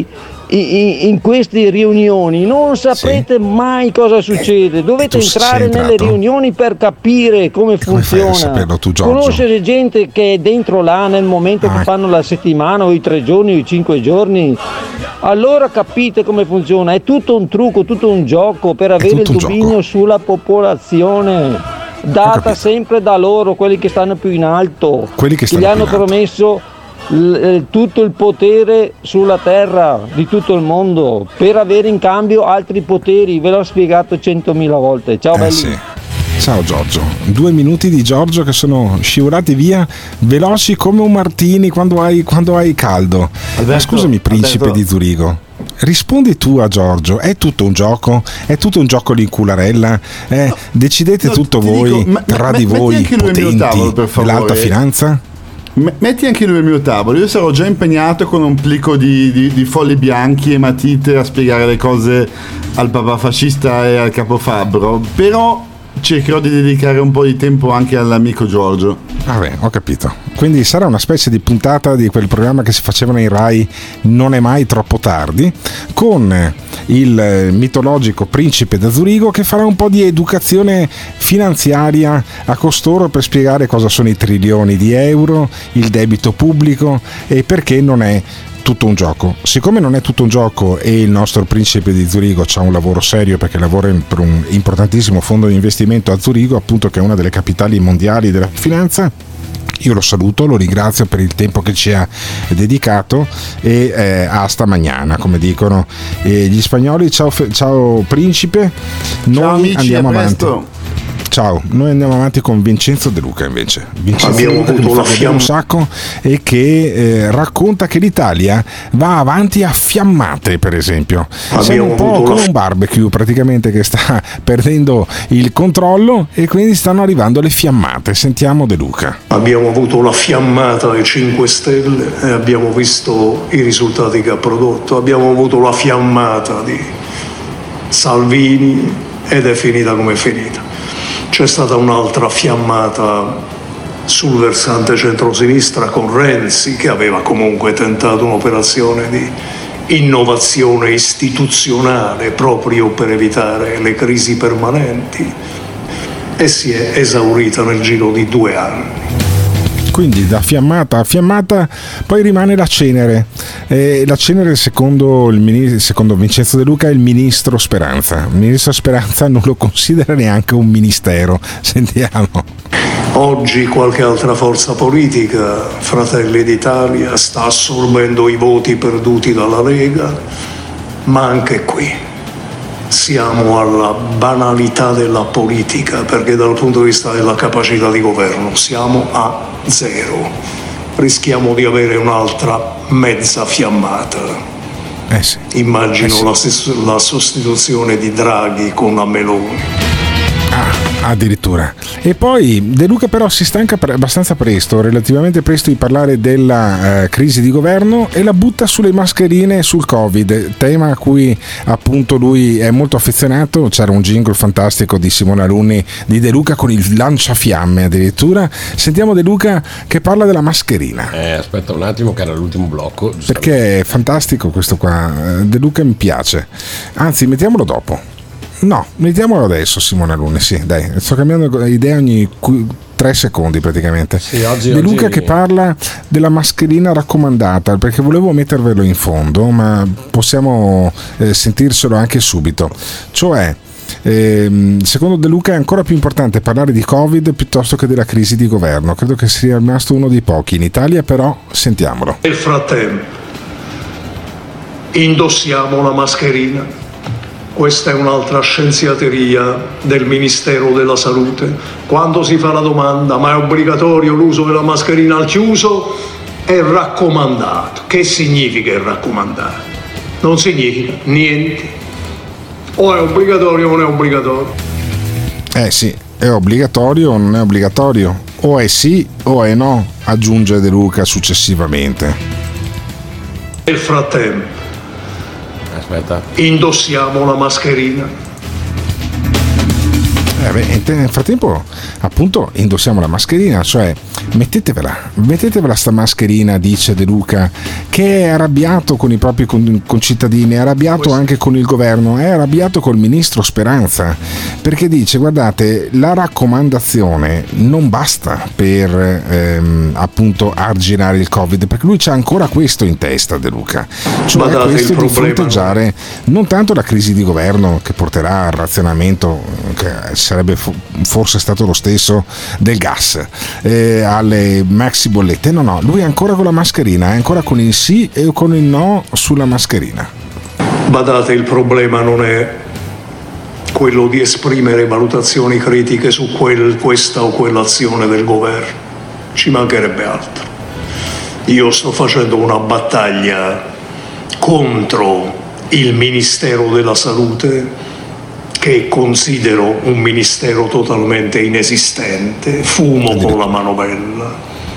in, in queste riunioni non saprete mai cosa succede. Dovete tu sei entrare entrato? nelle riunioni per capire come come fai a funziona, saperlo tu, Giorgio? conoscere gente che è dentro là nel momento che Ah. fanno la settimana o i tre giorni o i cinque giorni, allora capite come funziona. È tutto un trucco, tutto un gioco per avere il tutto un dominio gioco. sulla popolazione, data sempre da loro, quelli che stanno più in alto, Quelli che gli stanno hanno più in alto. promesso l- eh, tutto il potere sulla terra di tutto il mondo per avere in cambio altri poteri. Ve l'ho spiegato centomila volte. Ciao Eh belli. sì. Ciao Giorgio, due minuti di Giorgio che sono scivolati via veloci come un martini quando hai, quando hai caldo. Alberto, Ma scusami, principe Alberto. di Zurigo, rispondi tu a Giorgio, è tutto un gioco? È tutto un gioco l'incularella? Eh, decidete no, tutto ti voi, dico, ma- tra ma- di metti voi anche lui al mio potenti tavolo, per favore. dell'alta finanza? Me- Metti anche lui al mio tavolo, io sarò già impegnato con un plico di, di, di fogli bianchi e matite a spiegare le cose al papà fascista e al capo Fabbro, però cercherò di dedicare un po' di tempo anche all'amico Giorgio. Vabbè, ho capito. Quindi sarà una specie di puntata di quel programma che si faceva in Rai Non è mai troppo tardi, con il mitologico principe da Zurigo che farà un po' di educazione finanziaria a costoro per spiegare cosa sono i trilioni di euro, il debito pubblico e perché non è tutto un gioco. Siccome non è tutto un gioco e il nostro principe di Zurigo ha un lavoro serio perché lavora per un importantissimo fondo di investimento a Zurigo, appunto, che è una delle capitali mondiali della finanza, io lo saluto, lo ringrazio per il tempo che ci ha dedicato e eh, hasta mañana, come dicono e gli spagnoli. Ciao, ciao principe, noi Ciao amici, andiamo a avanti. presto. Ciao, noi andiamo avanti con Vincenzo De Luca invece. Vincenzo Abbiamo De Luca che avuto mi la fa vedere fiamma. un sacco e che eh, racconta che l'Italia va avanti a fiammate, per esempio. Siamo Abbiamo un po' avuto come la- un barbecue praticamente che sta perdendo il controllo e quindi stanno arrivando le fiammate. Sentiamo De Luca. Abbiamo avuto la fiammata ai cinque Stelle e abbiamo visto i risultati che ha prodotto. Abbiamo avuto la fiammata di Salvini ed è finita come è finita. C'è stata un'altra fiammata sul versante centrosinistra con Renzi, che aveva comunque tentato un'operazione di innovazione istituzionale proprio per evitare le crisi permanenti e si è esaurita nel giro di due anni. Quindi da fiammata a fiammata poi rimane la cenere. E la cenere secondo, il ministro, secondo Vincenzo De Luca è il ministro Speranza. Il ministro Speranza non lo considera neanche un ministero. Sentiamo. Oggi qualche altra forza politica, Fratelli d'Italia, sta assorbendo i voti perduti dalla Lega, ma anche qui siamo alla banalità della politica, perché dal punto di vista della capacità di governo siamo a zero. Rischiamo di avere un'altra mezza fiammata. Eh sì. Immagino eh sì. la, stess- la sostituzione di Draghi con la Meloni. Ah, addirittura. E poi De Luca però si stanca pre- abbastanza presto, relativamente presto, di parlare della eh, crisi di governo e la butta sulle mascherine e sul Covid, tema a cui appunto lui è molto affezionato. C'era un jingle fantastico di Simone Alunni di De Luca con il lanciafiamme addirittura. Sentiamo De Luca che parla della mascherina. Eh, aspetta un attimo che era l'ultimo blocco. Perché è fantastico questo qua, De Luca mi piace. Anzi, mettiamolo dopo. No, mettiamolo adesso Simone Alunni, sì, dai, sto cambiando idea ogni tre secondi praticamente. Sì, oggi, De Luca oggi... che parla della mascherina raccomandata, perché volevo mettervelo in fondo, ma possiamo eh, sentirselo anche subito. Cioè, ehm, secondo De Luca è ancora più importante parlare di Covid piuttosto che della crisi di governo. Credo che sia rimasto uno dei pochi in Italia, però sentiamolo. Nel frattempo indossiamo la mascherina. Questa è un'altra scienziateria del Ministero della Salute. Quando si fa la domanda, ma è obbligatorio l'uso della mascherina al chiuso? È raccomandato. Che significa il raccomandato? Non significa niente. O è obbligatorio o non è obbligatorio. Eh sì, è obbligatorio o non è obbligatorio? O è sì o è no, aggiunge De Luca successivamente. Nel frattempo Aspetta. indossiamo la mascherina. Eh beh, nel frattempo appunto indossiamo la mascherina, cioè mettetevela, mettetevela sta mascherina, dice De Luca, che è arrabbiato con i propri concittadini, è arrabbiato anche con il governo, è arrabbiato col ministro Speranza, perché dice: guardate, la raccomandazione non basta per ehm, appunto arginare il Covid, perché lui c'ha ancora questo in testa, De Luca, cioè questo di fronteggiare non tanto la crisi di governo che porterà al razionamento, che sarebbe forse stato lo stesso del gas, eh, alle maxi bollette. No, no, lui è ancora con la mascherina, è ancora con il sì e con il no sulla mascherina. Badate, il problema non è quello di esprimere valutazioni critiche su quel, questa o quell'azione del governo, ci mancherebbe altro. Io sto facendo una battaglia contro il Ministero della Salute, che considero un ministero totalmente inesistente, fumo con la manovella,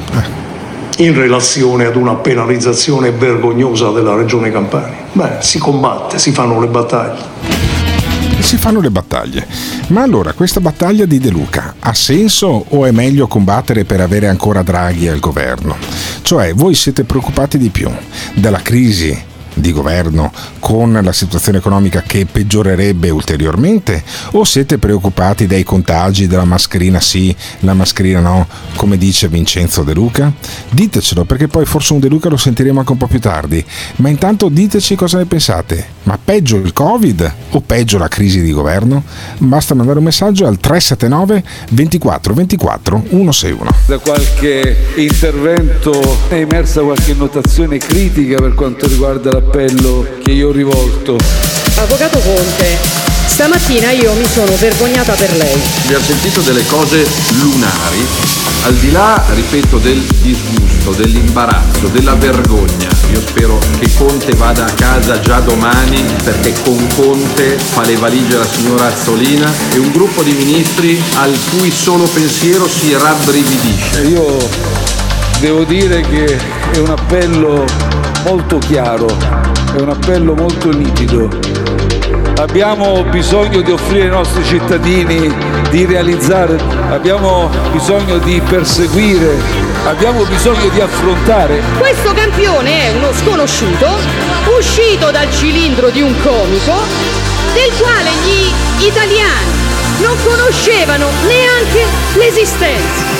in relazione ad una penalizzazione vergognosa della Regione Campania. Beh, si combatte, si fanno le battaglie. Si fanno le battaglie. Ma allora, questa battaglia di De Luca ha senso o è meglio combattere per avere ancora Draghi al governo? Cioè, voi siete preoccupati di più della crisi di governo con la situazione economica che peggiorerebbe ulteriormente, o siete preoccupati dai contagi, della mascherina sì, la mascherina no, come dice Vincenzo De Luca? Ditecelo, perché poi forse un De Luca lo sentiremo anche un po' più tardi, ma intanto diteci cosa ne pensate. Ma peggio il Covid o peggio la crisi di governo? Basta mandare un messaggio al tre sette nove ventiquattro ventiquattro centosessantuno. Da qualche intervento è emersa qualche notazione critica per quanto riguarda l'appello che io ho rivolto. Avvocato Conte, stamattina io mi sono vergognata per lei. Abbiamo sentito delle cose lunari, al di là, ripeto, del disgusto, dell'imbarazzo, della vergogna. Io spero che Conte vada a casa già domani, perché con Conte fa le valigie la signora Azzolina e un gruppo di ministri al cui solo pensiero si rabbrividisce. Io devo dire che è un appello molto chiaro, è un appello molto nitido. Abbiamo bisogno di offrire ai nostri cittadini di realizzare, abbiamo bisogno di perseguire, abbiamo bisogno di affrontare. Questo campione è uno sconosciuto, uscito dal cilindro di un comico, del quale gli italiani non conoscevano neanche l'esistenza.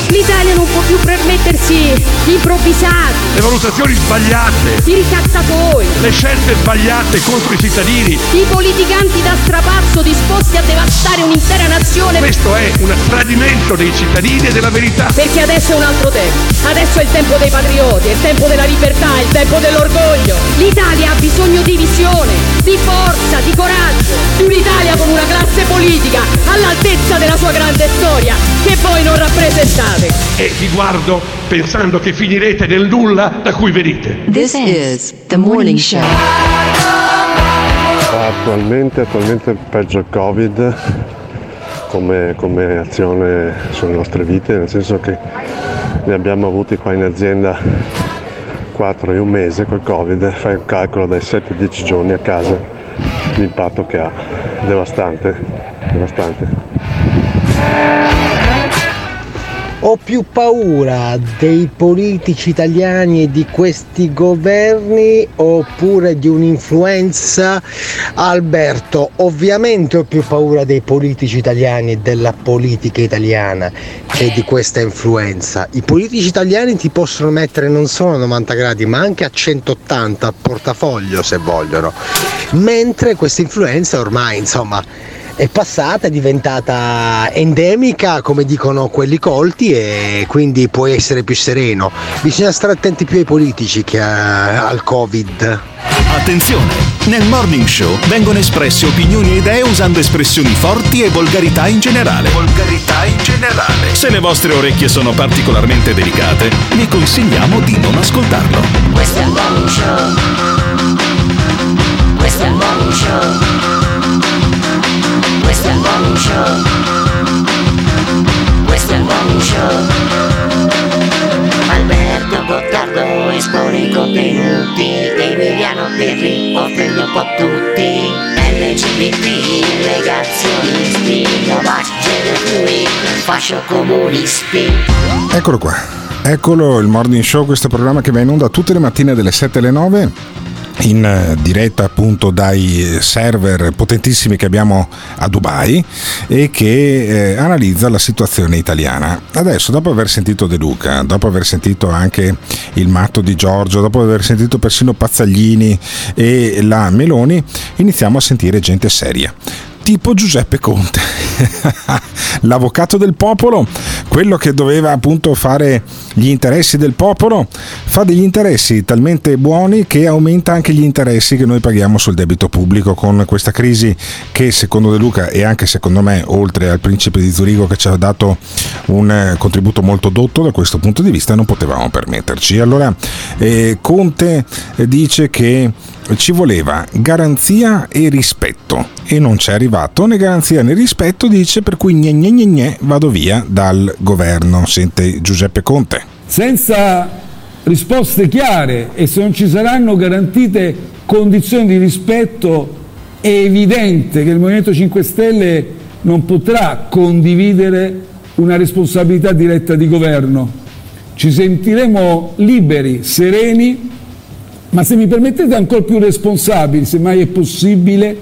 L'Italia non può più permettersi gli improvvisati, Le valutazioni sbagliate, i ricattatori, le scelte sbagliate contro i cittadini. i politicanti da strapazzo disposti a devastare un'intera nazione. Questo è un tradimento dei cittadini e della verità. Perché adesso è un altro tempo. Adesso è il tempo dei patrioti, è il tempo della libertà, è il tempo dell'orgoglio. L'Italia ha bisogno di visione, di forza, di coraggio, di un'Italia con una classe politica all'altezza della sua grande storia, che voi non rappresentate. E vi guardo pensando che finirete nel nulla da cui venite. This is the morning show. Attualmente, attualmente peggio il Covid come, come azione sulle nostre vite, nel senso che ne abbiamo avuti qua in azienda quattro in un mese col Covid, fai un calcolo dai sette dieci giorni a casa, l'impatto che ha, devastante, devastante. Ho più paura dei politici italiani e di questi governi oppure di un'influenza? Alberto, ovviamente ho più paura dei politici italiani e della politica italiana che di questa influenza. I politici italiani ti possono mettere non solo a novanta gradi ma anche a centottanta a portafoglio se vogliono, mentre questa influenza ormai insomma è passata, è diventata endemica come dicono quelli colti e quindi puoi essere più sereno. Bisogna stare attenti più ai politici che a, al Covid. Attenzione! Nel Morning Show vengono espresse opinioni e idee usando espressioni forti e volgarità in generale. Volgarità in generale. Se le vostre orecchie sono particolarmente delicate, vi consigliamo di non ascoltarlo. Questo è il Morning Show. Questo è il Morning Show. Questo è il Morning Show. Questo è il Morning Show. Alberto Gottardo espone i contenuti, Emiliano Pirri offende un po' tutti. L G B T, negazionisti, Novax, gender fluid, fascio comunisti. Eccolo qua, eccolo il Morning Show, questo programma che va in onda tutte le mattine dalle sette alle nove. In diretta appunto dai server potentissimi che abbiamo a Dubai e che eh, analizza la situazione italiana. Adesso, dopo aver sentito De Luca, dopo aver sentito anche il matto di Giorgio, dopo aver sentito persino Pazzaglini e la Meloni, iniziamo a sentire gente seria, tipo Giuseppe Conte, l'avvocato del popolo, quello che doveva appunto fare gli interessi del popolo, fa degli interessi talmente buoni che aumenta anche gli interessi che noi paghiamo sul debito pubblico con questa crisi che secondo De Luca e anche secondo me, oltre al principe di Zurigo che ci ha dato un contributo molto dotto da questo punto di vista, non potevamo permetterci. Allora eh, Conte dice che ci voleva garanzia e rispetto e non c'è arrivato né garanzia né rispetto, dice, per cui gne gne gne gne vado via dal governo. Sente Giuseppe Conte. Senza risposte chiare e se non ci saranno garantite condizioni di rispetto, è evidente che il Movimento cinque Stelle non potrà condividere una responsabilità diretta di governo. Ci sentiremo liberi, sereni, ma se mi permettete ancora più responsabili, se mai è possibile,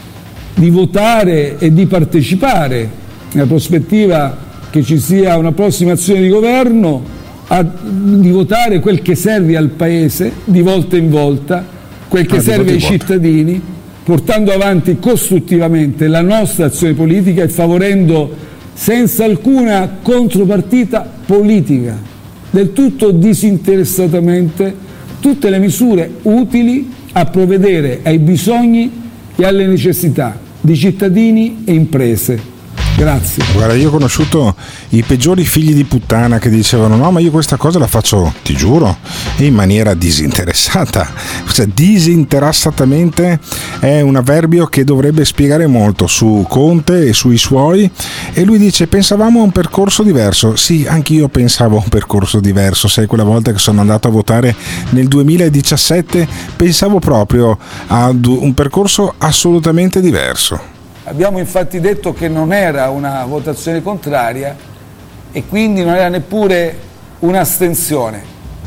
di votare e di partecipare, nella prospettiva che ci sia una prossima azione di governo, a, di votare quel che serve al Paese di volta in volta, quel che ah, serve ai cittadini, portando avanti costruttivamente la nostra azione politica e favorendo senza alcuna contropartita politica, del tutto disinteressatamente, tutte le misure utili a provvedere ai bisogni e alle necessità di cittadini e imprese. Grazie. Guarda, io ho conosciuto i peggiori figli di puttana che dicevano no, ma io questa cosa la faccio, ti giuro, in maniera disinteressata. Cioè, disinteressatamente è un avverbio che dovrebbe spiegare molto su Conte e sui suoi. E lui dice, pensavamo a un percorso diverso. Sì, anch'io pensavo a un percorso diverso. Sai, quella volta che sono andato a votare nel duemiladiciassette pensavo proprio a un percorso assolutamente diverso. Abbiamo infatti detto che non era una votazione contraria e quindi non era neppure un'astensione.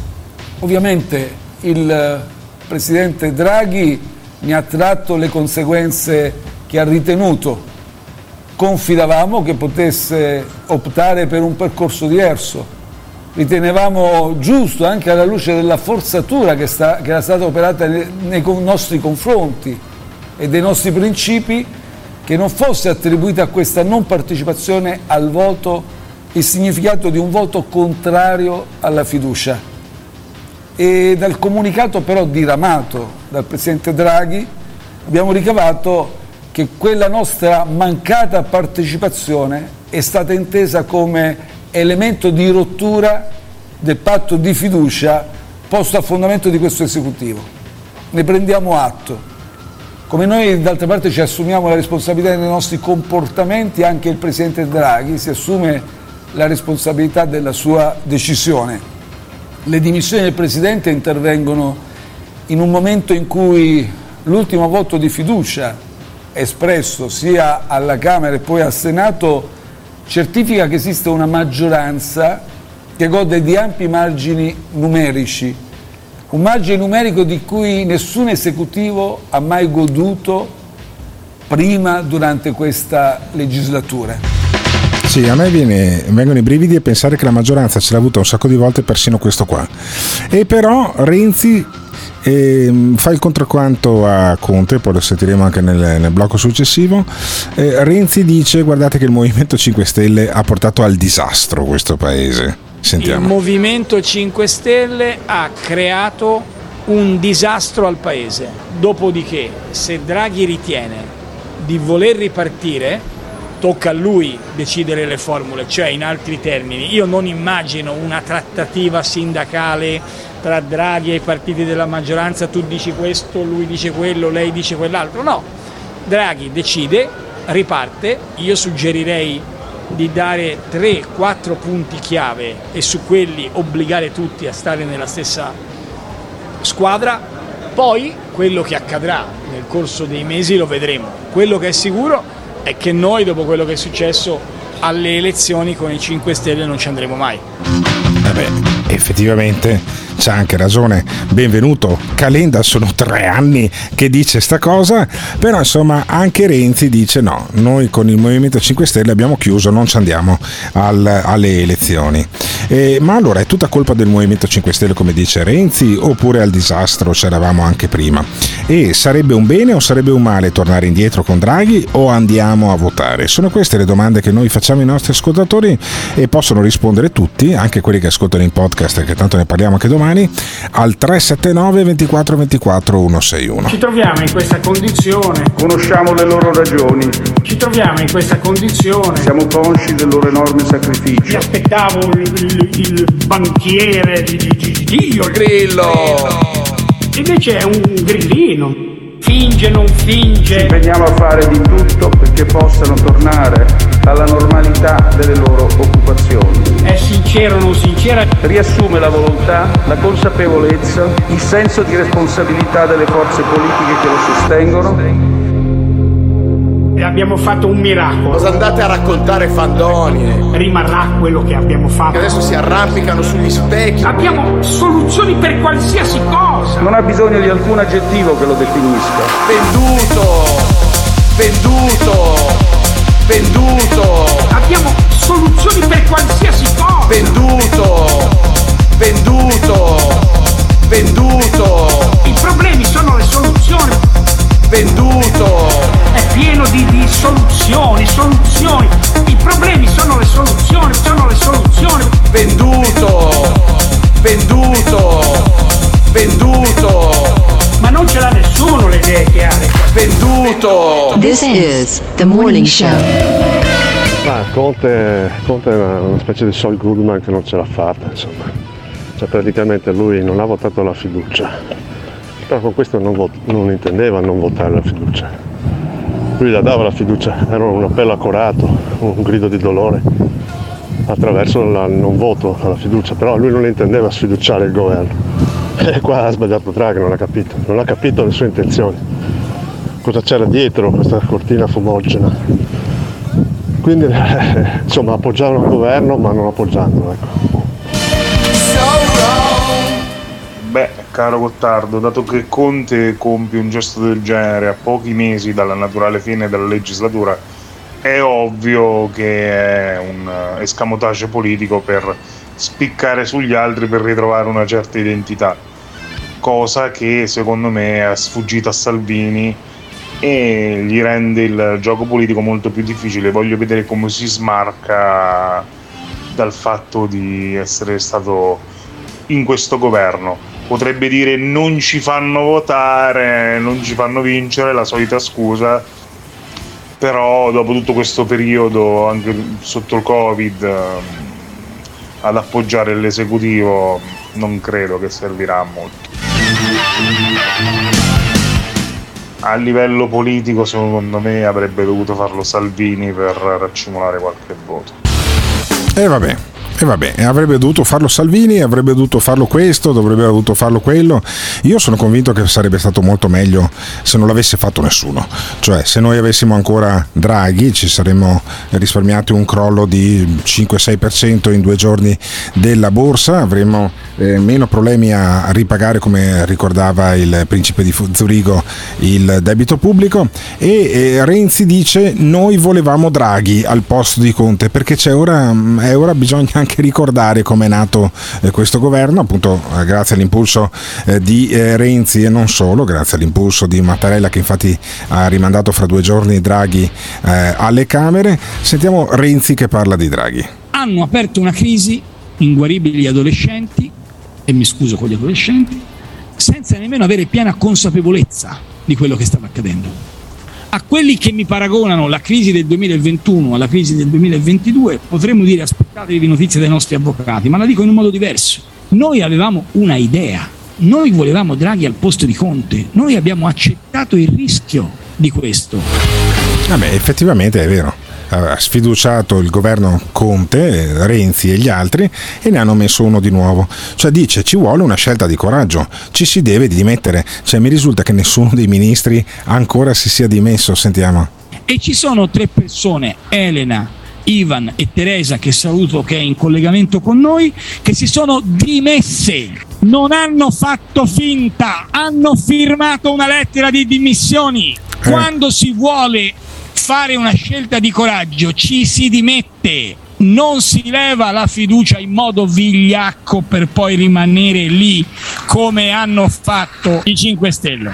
Ovviamente il Presidente Draghi ne ha tratto le conseguenze che ha ritenuto confidavamo che potesse optare per un percorso diverso. Ritenevamo giusto, anche alla luce della forzatura che, sta, che era stata operata nei, nei nostri confronti e dei nostri principi, che non fosse attribuita a questa non partecipazione al voto il significato di un voto contrario alla fiducia. E dal comunicato però diramato dal Presidente Draghi abbiamo ricavato che quella nostra mancata partecipazione è stata intesa come elemento di rottura del patto di fiducia posto a fondamento di questo esecutivo. Ne prendiamo atto. Come noi d'altra parte ci assumiamo la responsabilità dei nostri comportamenti, anche il Presidente Draghi si assume la responsabilità della sua decisione. Le dimissioni del Presidente intervengono in un momento in cui l'ultimo voto di fiducia espresso sia alla Camera e poi al Senato certifica che esiste una maggioranza che gode di ampi margini numerici, un margine numerico di cui nessun esecutivo ha mai goduto prima durante questa legislatura. Sì, a me viene, vengono i brividi a pensare che la maggioranza ce l'ha avuta un sacco di volte, persino questo qua. E però Renzi eh, fa il controcanto a Conte, poi lo sentiremo anche nel, nel blocco successivo. eh, Renzi dice: guardate che il Movimento cinque Stelle ha portato al disastro questo paese. Sentiamo. Il Movimento cinque Stelle ha creato un disastro al paese. Dopodiché, se Draghi ritiene di voler ripartire, tocca a lui decidere le formule, cioè in altri termini io non immagino una trattativa sindacale tra Draghi e i partiti della maggioranza, tu dici questo, lui dice quello, lei dice quell'altro, no. Draghi decide, riparte, io suggerirei di dare tre quattro punti chiave e su quelli obbligare tutti a stare nella stessa squadra, poi quello che accadrà nel corso dei mesi lo vedremo. Quello che è sicuro è che noi, dopo quello che è successo alle elezioni, con i cinque Stelle non ci andremo mai. Vabbè, effettivamente c'ha anche ragione. Benvenuto Calenda, sono tre anni che dice sta cosa, però insomma anche Renzi dice no, noi con il Movimento cinque Stelle abbiamo chiuso, non ci andiamo al, alle elezioni. Eh, ma allora è tutta colpa del Movimento cinque Stelle, come dice Renzi, oppure al disastro c'eravamo anche prima? E sarebbe un bene o sarebbe un male tornare indietro con Draghi, o andiamo a votare? Sono queste le domande che noi facciamo ai nostri ascoltatori e possono rispondere tutti, anche quelli che ascoltano in podcast, che tanto ne parliamo anche domani, al tre sette nove ventiquattro ventiquattro centosessantuno. Ci troviamo in questa condizione. Conosciamo le loro ragioni. Ci troviamo in questa condizione. Siamo consci del loro enorme sacrificio. Mi aspettavo il, il, il banchiere di, di, di Dio. Grillo. Invece è un grillino. Finge, non finge. Ci impegniamo a fare di tutto perché possano tornare alla normalità delle loro occupazioni. È sincero o non sincera? Riassume la volontà, la consapevolezza, il senso di responsabilità delle forze politiche che lo sostengono. E abbiamo fatto un miracolo. Cosa andate a raccontare fandonie? Rimarrà quello che abbiamo fatto. Che adesso si arrampicano sugli specchi. Abbiamo soluzioni per qualsiasi cosa. Non ha bisogno di alcun aggettivo che lo definisca. Venduto! Venduto! Venduto! Abbiamo soluzioni per qualsiasi cosa. Venduto! Venduto! Venduto! I problemi sono le soluzioni. Venduto! È pieno di, di soluzioni, soluzioni. I problemi sono le soluzioni, sono le soluzioni. Venduto! Venduto! Venduto! Ma non ce l'ha nessuno le idee chiare. Venduto! This is the morning show. Ah, Conte, Conte è una, una specie di Saul Goodman che non ce l'ha fatta, insomma. Cioè praticamente lui non ha votato la fiducia, però con questo non, vot- non intendeva non votare la fiducia. Lui la dava la fiducia, era un appello accorato, un grido di dolore attraverso il non voto alla fiducia, però lui non intendeva sfiduciare il governo. E qua ha sbagliato Draghi, non ha capito, non ha capito le sue intenzioni, cosa c'era dietro questa cortina fumogena. Quindi eh, insomma appoggiavano il governo ma non appoggiandolo, ecco. Beh, caro Gottardo, dato che Conte compie un gesto del genere a pochi mesi dalla naturale fine della legislatura, è ovvio che è un escamotage politico per spiccare sugli altri per ritrovare una certa identità, cosa che secondo me è sfuggita a Salvini e gli rende il gioco politico molto più difficile. Voglio vedere come si smarca dal fatto di essere stato in questo governo. Potrebbe dire non ci fanno votare, non ci fanno vincere, la solita scusa, però dopo tutto questo periodo, anche sotto il Covid, ad appoggiare l'esecutivo non credo che servirà a molto. A livello politico secondo me avrebbe dovuto farlo Salvini per raccimolare qualche voto. E vabbè. E vabbè, avrebbe dovuto farlo Salvini, avrebbe dovuto farlo questo, avrebbe dovuto farlo quello. Io sono convinto che sarebbe stato molto meglio se non l'avesse fatto nessuno. Cioè, se noi avessimo ancora Draghi, ci saremmo risparmiati un crollo di cinque sei per cento in due giorni della borsa, avremmo eh, meno problemi a ripagare, come ricordava il principe di Zurigo, il debito pubblico. E eh, Renzi dice: noi volevamo Draghi al posto di Conte, perché c'è ora, è ora bisogna anche ricordare come è nato eh, questo governo, appunto eh, grazie all'impulso eh, di eh, Renzi, e non solo, grazie all'impulso di Mattarella, che infatti ha rimandato fra due giorni Draghi eh, alle Camere. Sentiamo Renzi che parla di Draghi. Hanno aperto una crisi inguaribili adolescenti, e mi scuso con gli adolescenti, senza nemmeno avere piena consapevolezza di quello che stava accadendo. A quelli che mi paragonano la crisi del duemilaventuno alla crisi del duemilaventidue potremmo dire: aspettatevi notizie dai nostri avvocati, ma la dico in un modo diverso. Noi avevamo una idea, noi volevamo Draghi al posto di Conte, noi abbiamo accettato il rischio di questo. Vabbè, effettivamente è vero. Ha sfiduciato il governo Conte, Renzi e gli altri, e ne hanno messo uno di nuovo. Cioè dice: ci vuole una scelta di coraggio, ci si deve dimettere. Cioè mi risulta che nessuno dei ministri ancora si sia dimesso. Sentiamo. E ci sono tre persone, Elena, Ivan e Teresa, che saluto, che è in collegamento con noi, che si sono dimesse. Non hanno fatto finta, hanno firmato una lettera di dimissioni. Eh. Quando si vuole fare una scelta di coraggio ci si dimette, non si leva la fiducia in modo vigliacco per poi rimanere lì come hanno fatto i cinque Stelle.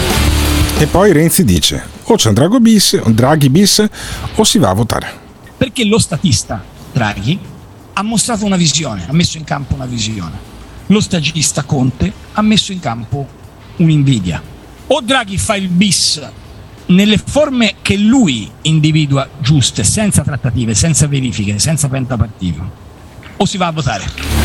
E poi Renzi dice: o c'è un Draghi bis, un Draghi bis o si va a votare. Perché lo statista Draghi ha mostrato una visione, ha messo in campo una visione. Lo stagista Conte ha messo in campo un'invidia. O Draghi fa il bis nelle forme che lui individua giuste, senza trattative, senza verifiche, senza pentapartito, o si va a votare.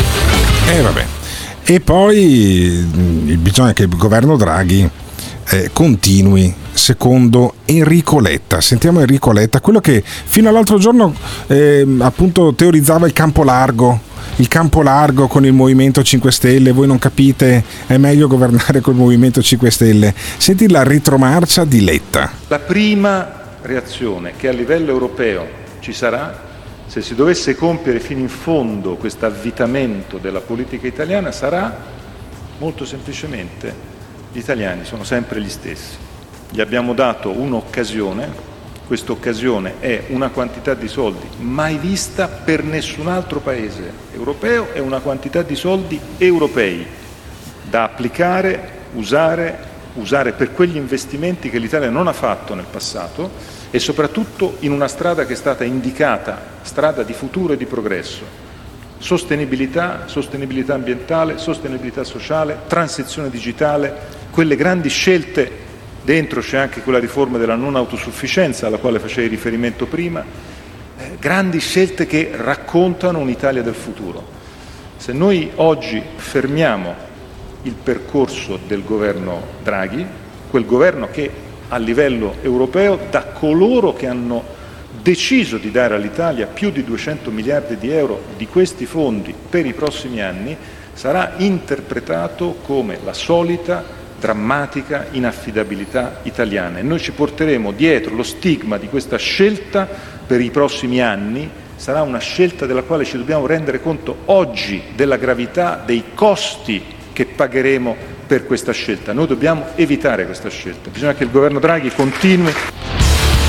E eh, vabbè. E poi bisogna che il governo Draghi eh, continui secondo Enrico Letta. Sentiamo Enrico Letta, quello che fino all'altro giorno eh, appunto teorizzava il campo largo. Il campo largo con il Movimento cinque Stelle, voi non capite, è meglio governare col Movimento cinque Stelle. Senti la ritromarcia di Letta. La prima reazione che a livello europeo ci sarà, se si dovesse compiere fino in fondo questo avvitamento della politica italiana, sarà molto semplicemente: gli italiani sono sempre gli stessi. Gli abbiamo dato un'occasione. Questa occasione è una quantità di soldi mai vista per nessun altro paese europeo, è una quantità di soldi europei da applicare, usare, usare per quegli investimenti che l'Italia non ha fatto nel passato, e soprattutto in una strada che è stata indicata, strada di futuro e di progresso. Sostenibilità, sostenibilità ambientale, sostenibilità sociale, transizione digitale, quelle grandi scelte. Dentro c'è anche quella riforma della non autosufficienza alla quale facevi riferimento prima, eh, grandi scelte che raccontano un'Italia del futuro. Se noi oggi fermiamo il percorso del governo Draghi, quel governo che a livello europeo, da coloro che hanno deciso di dare all'Italia più di duecento miliardi di euro di questi fondi per i prossimi anni, sarà interpretato come la solita drammatica inaffidabilità italiana, e noi ci porteremo dietro lo stigma di questa scelta per i prossimi anni. Sarà una scelta della quale ci dobbiamo rendere conto oggi, della gravità dei costi che pagheremo per questa scelta. Noi dobbiamo evitare questa scelta, bisogna che il governo Draghi continui.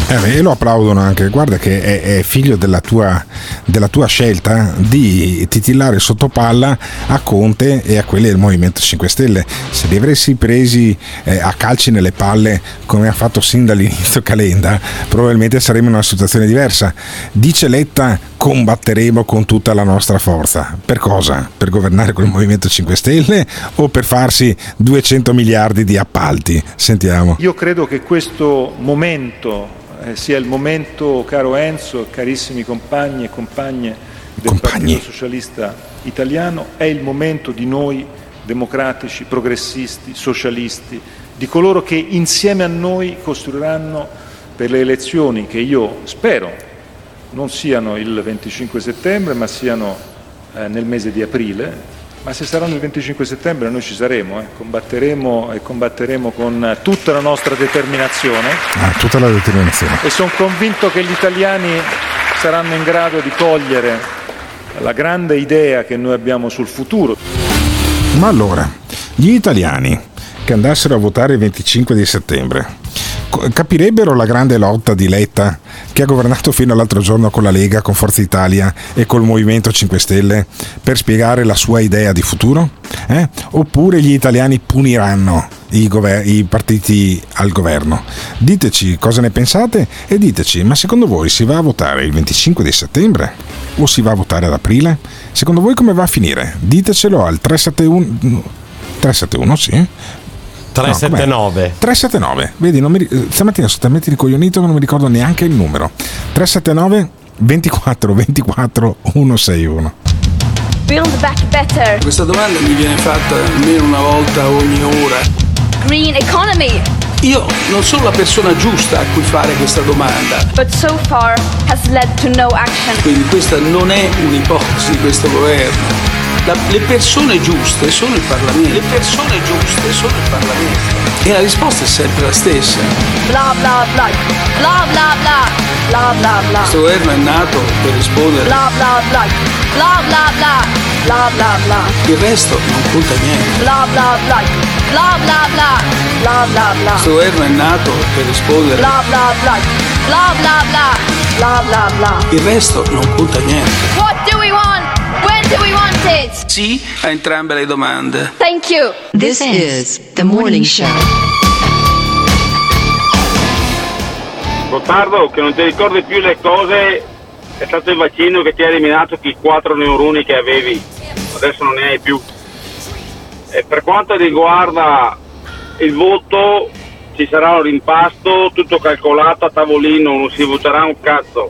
Eh, e lo applaudono anche, guarda che è, è figlio della tua, della tua scelta di titillare sotto palla a Conte e a quelli del Movimento cinque Stelle. Se li avessi presi eh, a calci nelle palle come ha fatto sin dall'inizio Calenda, probabilmente saremmo in una situazione diversa. Dice Letta: combatteremo con tutta la nostra forza. Per cosa? Per governare col Movimento cinque Stelle o per farsi duecento miliardi di appalti? Sentiamo. Io credo che questo momento eh, sia il momento, caro Enzo, carissimi compagni e compagne del compagni. Partito Socialista Italiano, è il momento di noi democratici, progressisti, socialisti, di coloro che insieme a noi costruiranno per le elezioni che io spero non siano il venticinque settembre, ma siano eh, nel mese di aprile. Ma se saranno il venticinque settembre noi ci saremo, eh. combatteremo e combatteremo con tutta la nostra determinazione. Ah, tutta la determinazione. E sono convinto che gli italiani saranno in grado di cogliere la grande idea che noi abbiamo sul futuro. Ma allora, gli italiani che andassero a votare il venticinque di settembre capirebbero la grande lotta di Letta, che ha governato fino all'altro giorno con la Lega, con Forza Italia e col Movimento cinque Stelle, per spiegare la sua idea di futuro? Eh? Oppure gli italiani puniranno i, gover- i partiti al governo? Diteci cosa ne pensate e diteci: ma secondo voi si va a votare il venticinque di settembre o si va a votare ad aprile? Secondo voi come va a finire? Ditecelo al tre sette uno tre sette uno, sì. tre sette nove No, tre sette nove, vedi, non mi, stamattina sono talmente ricoglionito che non mi ricordo neanche il numero. tre sette nove ventiquattro ventiquattro centosessantuno. Build back better. Questa domanda mi viene fatta almeno una volta ogni ora. Green economy. Io non sono la persona giusta a cui fare questa domanda. But so far has led to no action. Quindi questa non è un'ipotesi di questo governo. La, le persone giuste sono il Parlamento. Le persone giuste sono il Parlamento. E la risposta è sempre la stessa. Bla bla bla. Bla bla bla. Bla bla bla. Questo governo è nato per rispondere. Bla bla bla. Bla bla bla. Bla bla bla. Il resto non conta niente. Bla bla bla. Bla bla bla. Bla bla bla. Questo governo è nato per rispondere. Bla bla bla. Bla bla bla. Bla bla bla. Il resto non conta niente. What do we want? When do we want it? Sì a entrambe le domande. Thank you. This is the morning show. Gottardo, che non ti ricordi più le cose, è stato il vaccino che ti ha eliminato i quattro neuroni che avevi, adesso non ne hai più. E per quanto riguarda il voto, ci sarà un rimpasto, tutto calcolato a tavolino, non si voterà un cazzo.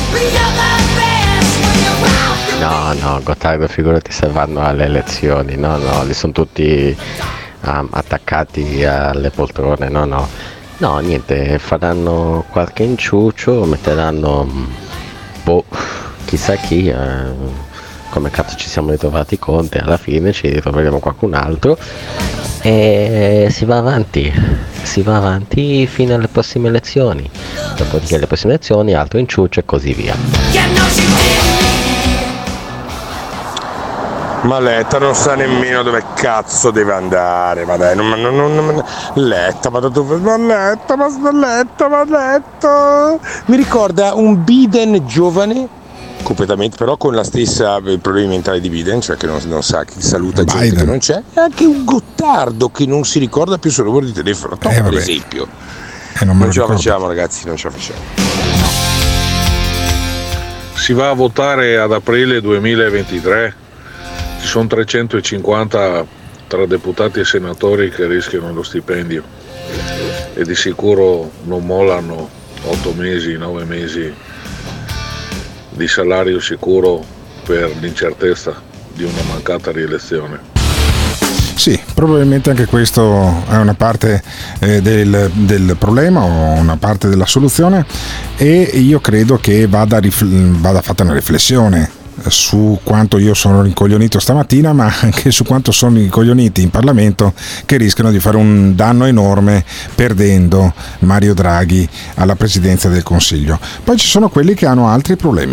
No, no, Gottardo, figurati se vanno alle elezioni, no, no, li sono tutti um, attaccati alle poltrone, no, no, no, niente, faranno qualche inciuccio, metteranno, boh, chissà chi, eh, come cazzo ci siamo ritrovati Conte, alla fine ci ritroveremo qualcun altro e si va avanti, si va avanti fino alle prossime elezioni, dopodiché alle prossime elezioni altro inciuccio e così via. Ma Letta non sa nemmeno dove cazzo deve andare, ma dai, non, non, non, non Letta, ma dove, ma Letta, ma Letta, ma Letta, mi ricorda un Biden giovane, completamente, però con la stessa problemi mentali di Biden, cioè che non, non sa chi saluta gente Biden. Che non c'è, e anche un Gottardo che non si ricorda più il suo numero di telefono, Tom, eh, per esempio. Eh, non non ce la facciamo, ragazzi, non ce la facciamo. Si va a votare ad aprile duemilaventitré. Ci sono trecentocinquanta tra deputati e senatori che rischiano lo stipendio e di sicuro non mollano otto mesi, nove mesi di salario sicuro per l'incertezza di una mancata rielezione. Sì, probabilmente anche questo è una parte eh, del, del problema o una parte della soluzione, e io credo che vada, rifl- vada fatta una riflessione su quanto io sono rincoglionito stamattina, ma anche su quanto sono rincoglioniti in Parlamento, che rischiano di fare un danno enorme perdendo Mario Draghi alla presidenza del Consiglio. Poi ci sono quelli che hanno altri problemi.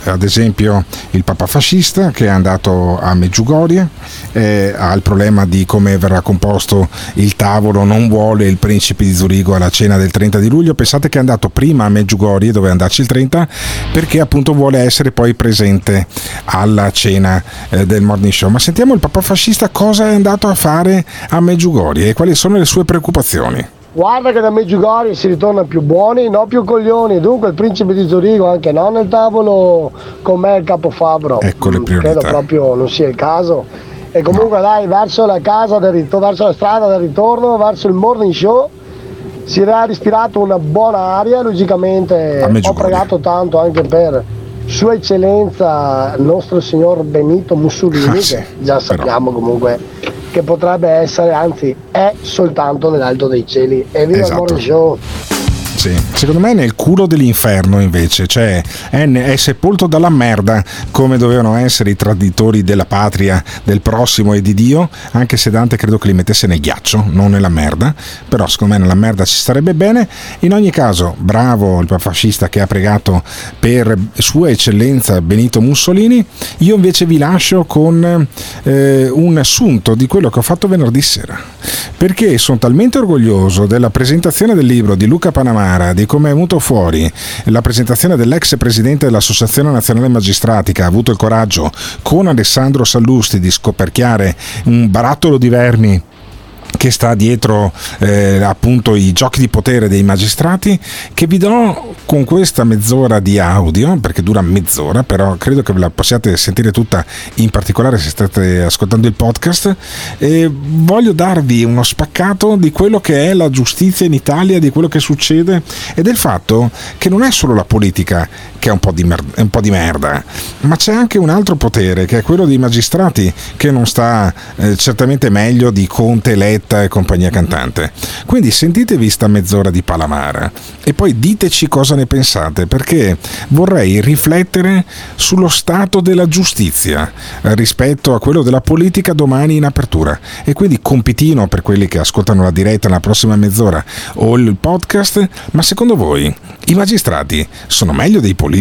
ad esempio il Papa fascista che è andato a Medjugorje, eh, ha il problema di come verrà composto il tavolo, non vuole il principe di Zurigo alla cena del trenta di luglio. Pensate che è andato prima a Medjugorje, dove andarci il trenta, perché appunto vuole essere poi presente alla cena eh, del Morning Show. Ma sentiamo il Papa fascista cosa è andato a fare a Medjugorje e quali sono le sue preoccupazioni. Guarda che da Medjugorje si ritorna più buoni, non più coglioni. Dunque il principe di Zurigo anche no nel tavolo con me il capo Fabbro. Ecco le priorità. Credo proprio non sia il caso. E comunque no. Dai, verso la casa del ritorno, verso la strada del ritorno, verso il Morning Show si era respirato una buona aria. Logicamente ho pregato tanto anche per Sua Eccellenza il nostro signor Benito Mussolini, ah, sì, che già sappiamo però. Comunque che potrebbe essere, anzi è soltanto nell'alto dei cieli. E viva esatto. Il Morning Show! Sì. Secondo me è nel culo dell'inferno invece, cioè è, è sepolto dalla merda, come dovevano essere i traditori della patria, del prossimo e di Dio, anche se Dante credo che li mettesse nel ghiaccio, non nella merda, però secondo me nella merda ci starebbe bene. In ogni caso bravo il fascista che ha pregato per Sua Eccellenza Benito Mussolini. Io invece vi lascio con eh, un assunto di quello che ho fatto venerdì sera, perché sono talmente orgoglioso della presentazione del libro di Luca Panamara, di come è venuto fuori la presentazione dell'ex presidente dell'Associazione Nazionale Magistrati, che ha avuto il coraggio con Alessandro Sallusti di scoperchiare un barattolo di vermi che sta dietro eh, appunto i giochi di potere dei magistrati, che vi do con questa mezz'ora di audio, perché dura mezz'ora, però credo che ve la possiate sentire tutta, in particolare se state ascoltando il podcast. E voglio darvi uno spaccato di quello che è la giustizia in Italia, di quello che succede e del fatto che non è solo la politica che è un po' di, mer- è un po' di merda, ma c'è anche un altro potere, che è quello dei magistrati, che non sta eh, certamente meglio di Conte, Letta e compagnia cantante. Quindi sentitevi sta mezz'ora di Palamara e poi diteci cosa ne pensate, perché vorrei riflettere sullo stato della giustizia rispetto a quello della politica domani in apertura. E quindi compitino per quelli che ascoltano la diretta nella prossima mezz'ora o il podcast: ma secondo voi i magistrati sono meglio dei politici?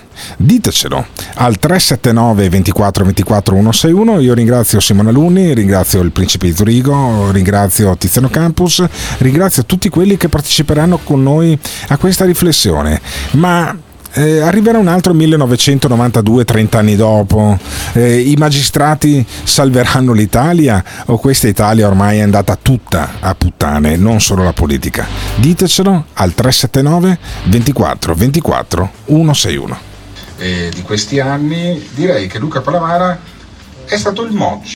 Ditecelo al tre sette nove ventiquattro ventiquattro centosessantuno. Io ringrazio Simone Alunni, ringrazio il Principe di Zurigo, ringrazio Tiziano Campus, ringrazio tutti quelli che parteciperanno con noi a questa riflessione. Ma Eh, arriverà un altro millenovecentonovantadue, trenta anni dopo. Eh, I magistrati salveranno l'Italia o questa Italia ormai è andata tutta a puttane, non solo la politica? Ditecelo al tre sette nove ventiquattro ventiquattro centosessantuno. Eh, di questi anni direi che Luca Palamara è stato il Moggi,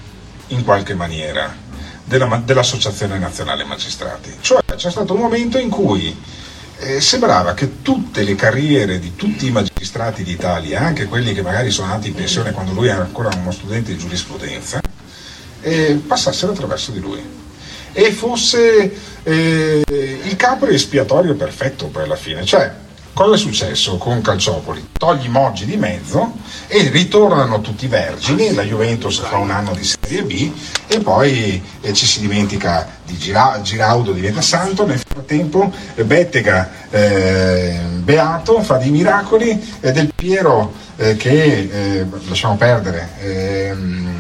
in qualche maniera, della, dell'Associazione Nazionale Magistrati. Cioè c'è stato un momento in cui Eh, sembrava che tutte le carriere di tutti i magistrati d'Italia, anche quelli che magari sono andati in pensione quando lui era ancora uno studente di giurisprudenza, eh, passassero attraverso di lui e fosse eh, il capo espiatorio perfetto per la fine. Cioè, cosa è successo con Calciopoli? Togli Moggi di mezzo e ritornano tutti vergini, la Juventus fa un anno di Serie B e poi eh, ci si dimentica di Gira- Giraudo, diventa santo, nel frattempo eh, Bettega eh, beato, fa dei miracoli, e Del Piero eh, che, eh, lasciamo perdere, eh,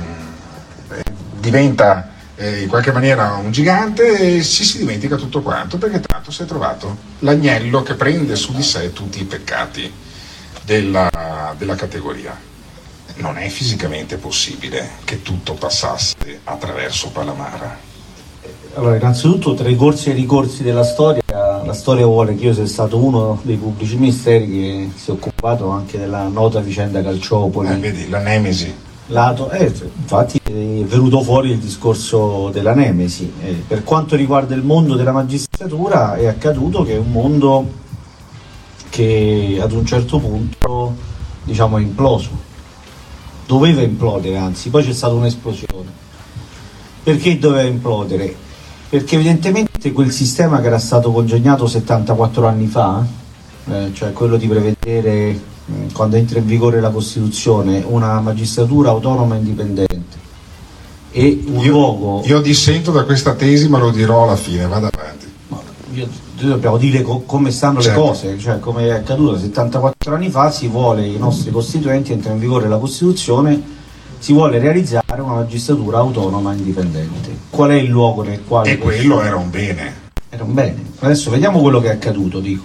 diventa in qualche maniera un gigante, e ci si dimentica tutto quanto, perché tanto si è trovato l'agnello che prende su di sé tutti i peccati della, della categoria. Non è fisicamente possibile che tutto passasse attraverso Palamara. Allora, innanzitutto, tra i corsi e i ricorsi della storia, la storia vuole che io sia stato uno dei pubblici ministeri che si è occupato anche della nota vicenda Calciopoli. Eh, vedi, la nemesi. Lato, eh, infatti è venuto fuori il discorso della nemesi. Eh, per quanto riguarda il mondo della magistratura, è accaduto che è un mondo che ad un certo punto, diciamo, è imploso, doveva implodere, anzi poi c'è stata un'esplosione. Perché doveva implodere? Perché evidentemente quel sistema che era stato congegnato settantaquattro anni fa, eh, cioè quello di prevedere, quando entra in vigore la Costituzione, una magistratura autonoma e indipendente e un io, luogo... Io dissento da questa tesi, ma lo dirò alla fine, vado avanti. Io dobbiamo dire co- come stanno certo. le cose, cioè come è accaduto settantaquattro anni fa, si vuole, i nostri costituenti, entra in vigore la Costituzione, si vuole realizzare una magistratura autonoma e indipendente. Qual è il luogo nel quale... E quello era un bene. Era un bene. Adesso vediamo quello che è accaduto, dico.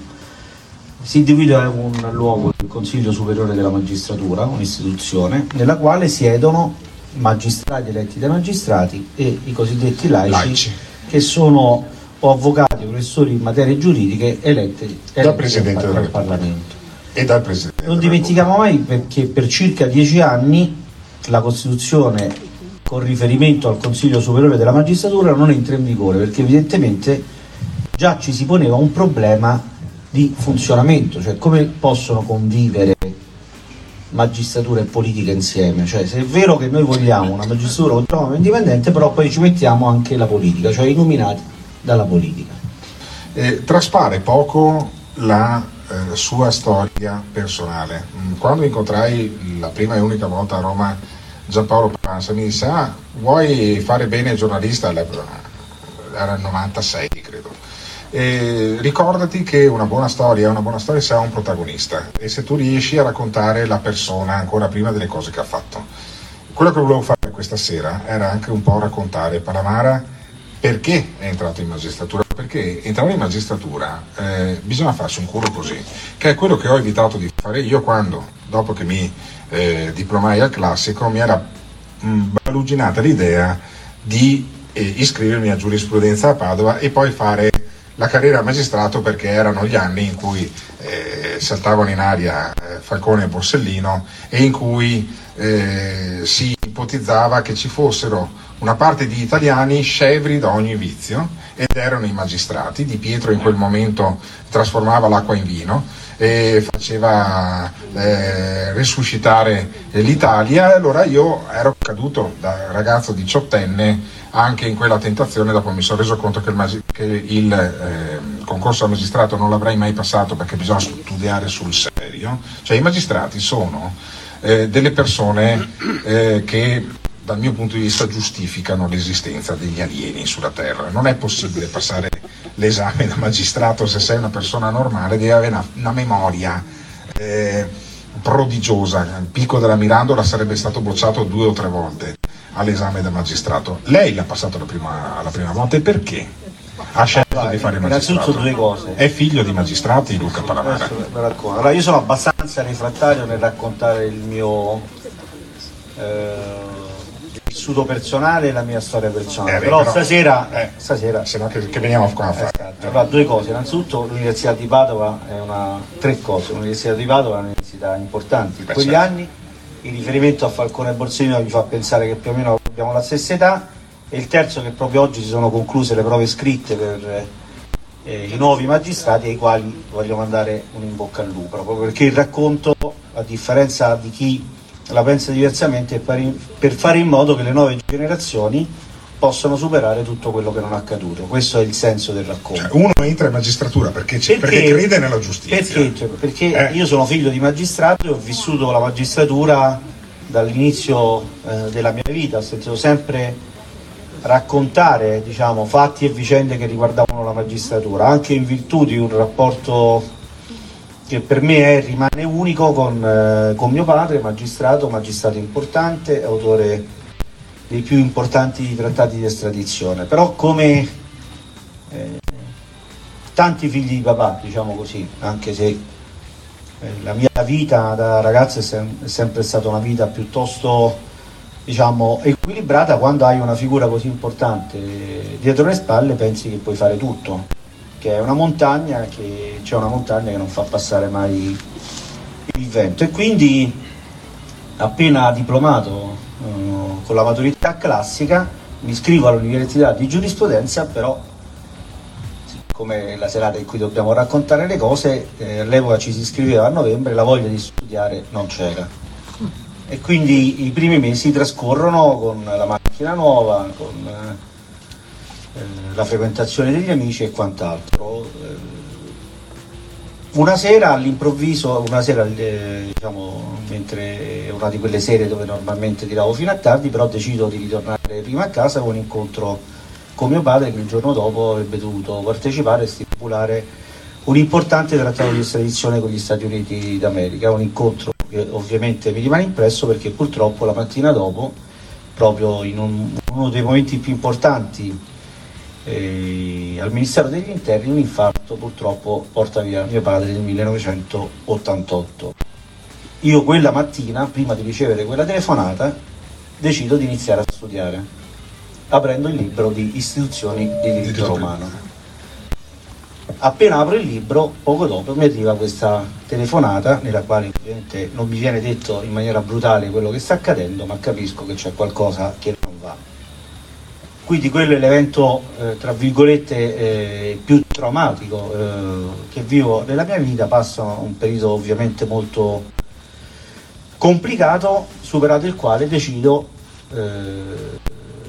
Si individua un luogo, il Consiglio Superiore della Magistratura, un'istituzione, nella quale siedono magistrati eletti dai magistrati e i cosiddetti laici, laici. che sono o avvocati o professori in materie giuridiche eletti, eletti dal Presidente dal del Parlamento. E dal Presidente. Non dimentichiamo mai perché per circa dieci anni la Costituzione con riferimento al Consiglio Superiore della Magistratura non entra in vigore, perché evidentemente già ci si poneva un problema di funzionamento, cioè come possono convivere magistratura e politica insieme, cioè se è vero che noi vogliamo una magistratura autonoma e indipendente, però poi ci mettiamo anche la politica, cioè i nominati dalla politica. Eh, traspare poco la eh, sua storia personale. Quando incontrai la prima e unica volta a Roma Giampaolo Pansa, mi disse: ah, vuoi fare bene il giornalista? Era il novantasei, credo. E ricordati che una buona storia, una buona storia se ha un protagonista, e se tu riesci a raccontare la persona ancora prima delle cose che ha fatto. Quello che volevo fare questa sera era anche un po' raccontare Palamara perché è entrato in magistratura, perché entrare in magistratura eh, bisogna farsi un culo così, che è quello che ho evitato di fare io quando, dopo che mi eh, diplomai al classico, mi era mh, baluginata l'idea di eh, iscrivermi a giurisprudenza a Padova e poi fare la carriera a magistrato, perché erano gli anni in cui eh, saltavano in aria eh, Falcone e Borsellino e in cui eh, si ipotizzava che ci fossero una parte di italiani scevri da ogni vizio, ed erano i magistrati. Di Pietro in quel momento trasformava l'acqua in vino e faceva eh, resuscitare l'Italia, e allora io ero caduto da ragazzo diciottenne anche in quella tentazione. Dopo mi sono reso conto che il, magi- che il eh, concorso a magistrato non l'avrei mai passato, perché bisogna studiare sul serio. Cioè i magistrati sono eh, delle persone eh, che dal mio punto di vista giustificano l'esistenza degli alieni sulla Terra. Non è possibile passare l'esame da magistrato se sei una persona normale, devi avere una, una memoria eh, prodigiosa. Il Picco della Mirandola sarebbe stato bocciato due o tre volte all'esame da magistrato. Lei l'ha passato la prima, la prima volta, e perché ha scelto allora, di fare il magistrato? Innanzitutto due cose. È figlio di magistrati, Luca Palamara? Allora, io sono abbastanza refrattario nel raccontare il mio eh, vissuto personale e la mia storia personale, eh, però, però stasera, eh, stasera se no che, che veniamo qua a fare. Esatto. Allora, due cose. Innanzitutto l'Università di Padova è una tre cose. L'Università di Padova è un'università importante in quegli certo. anni. Il riferimento a Falcone e Borsellino mi fa pensare che più o meno abbiamo la stessa età, e il terzo che proprio oggi si sono concluse le prove scritte per eh, i nuovi magistrati, ai quali voglio mandare un in bocca al lupo, proprio perché il racconto, a differenza di chi la pensa diversamente, è per fare in modo che le nuove generazioni possano superare tutto quello che non è accaduto. Questo è il senso del racconto. Cioè, uno entra in magistratura perché, perché, perché crede nella giustizia. Perché, perché eh. io sono figlio di magistrato e ho vissuto la magistratura dall'inizio eh, della mia vita. Ho sentito sempre raccontare, diciamo, fatti e vicende che riguardavano la magistratura, anche in virtù di un rapporto che per me è, rimane unico con, eh, con mio padre, magistrato, magistrato importante, autore dei più importanti trattati di estradizione. Però come eh, tanti figli di papà, diciamo così, anche se eh, la mia vita da ragazzo è, sem- è sempre stata una vita piuttosto, diciamo, equilibrata, quando hai una figura così importante dietro le spalle pensi che puoi fare tutto, che è una montagna, che c'è una montagna che non fa passare mai il vento. E quindi, appena diplomato uh, con la maturità classica, mi iscrivo all'Università di Giurisprudenza, però siccome la serata in cui dobbiamo raccontare le cose, eh, all'epoca ci si iscriveva a novembre, la voglia di studiare non c'era. E quindi i primi mesi trascorrono con la macchina nuova, con eh, la frequentazione degli amici e quant'altro. Una sera all'improvviso, una sera eh, diciamo, mentre è una di quelle sere dove normalmente tiravo fino a tardi, però decido di ritornare prima a casa con un incontro con mio padre, che il giorno dopo avrebbe dovuto partecipare e stipulare un importante trattato di estradizione con gli Stati Uniti d'America, un incontro che ovviamente mi rimane impresso perché purtroppo la mattina dopo, proprio in un, uno dei momenti più importanti eh, al Ministero degli Interni, un infarto purtroppo porta via mio padre nel millenovecentottantotto. Io quella mattina, prima di ricevere quella telefonata, decido di iniziare a studiare, aprendo il libro di Istituzioni di diritto romano. Appena apro il libro, poco dopo mi arriva questa telefonata, nella quale ovviamente non mi viene detto in maniera brutale quello che sta accadendo, ma capisco che c'è qualcosa che non va. Quindi quello è l'evento, eh, tra virgolette, eh, più traumatico eh, che vivo nella mia vita. Passa un periodo ovviamente molto complicato, superato il quale decido eh,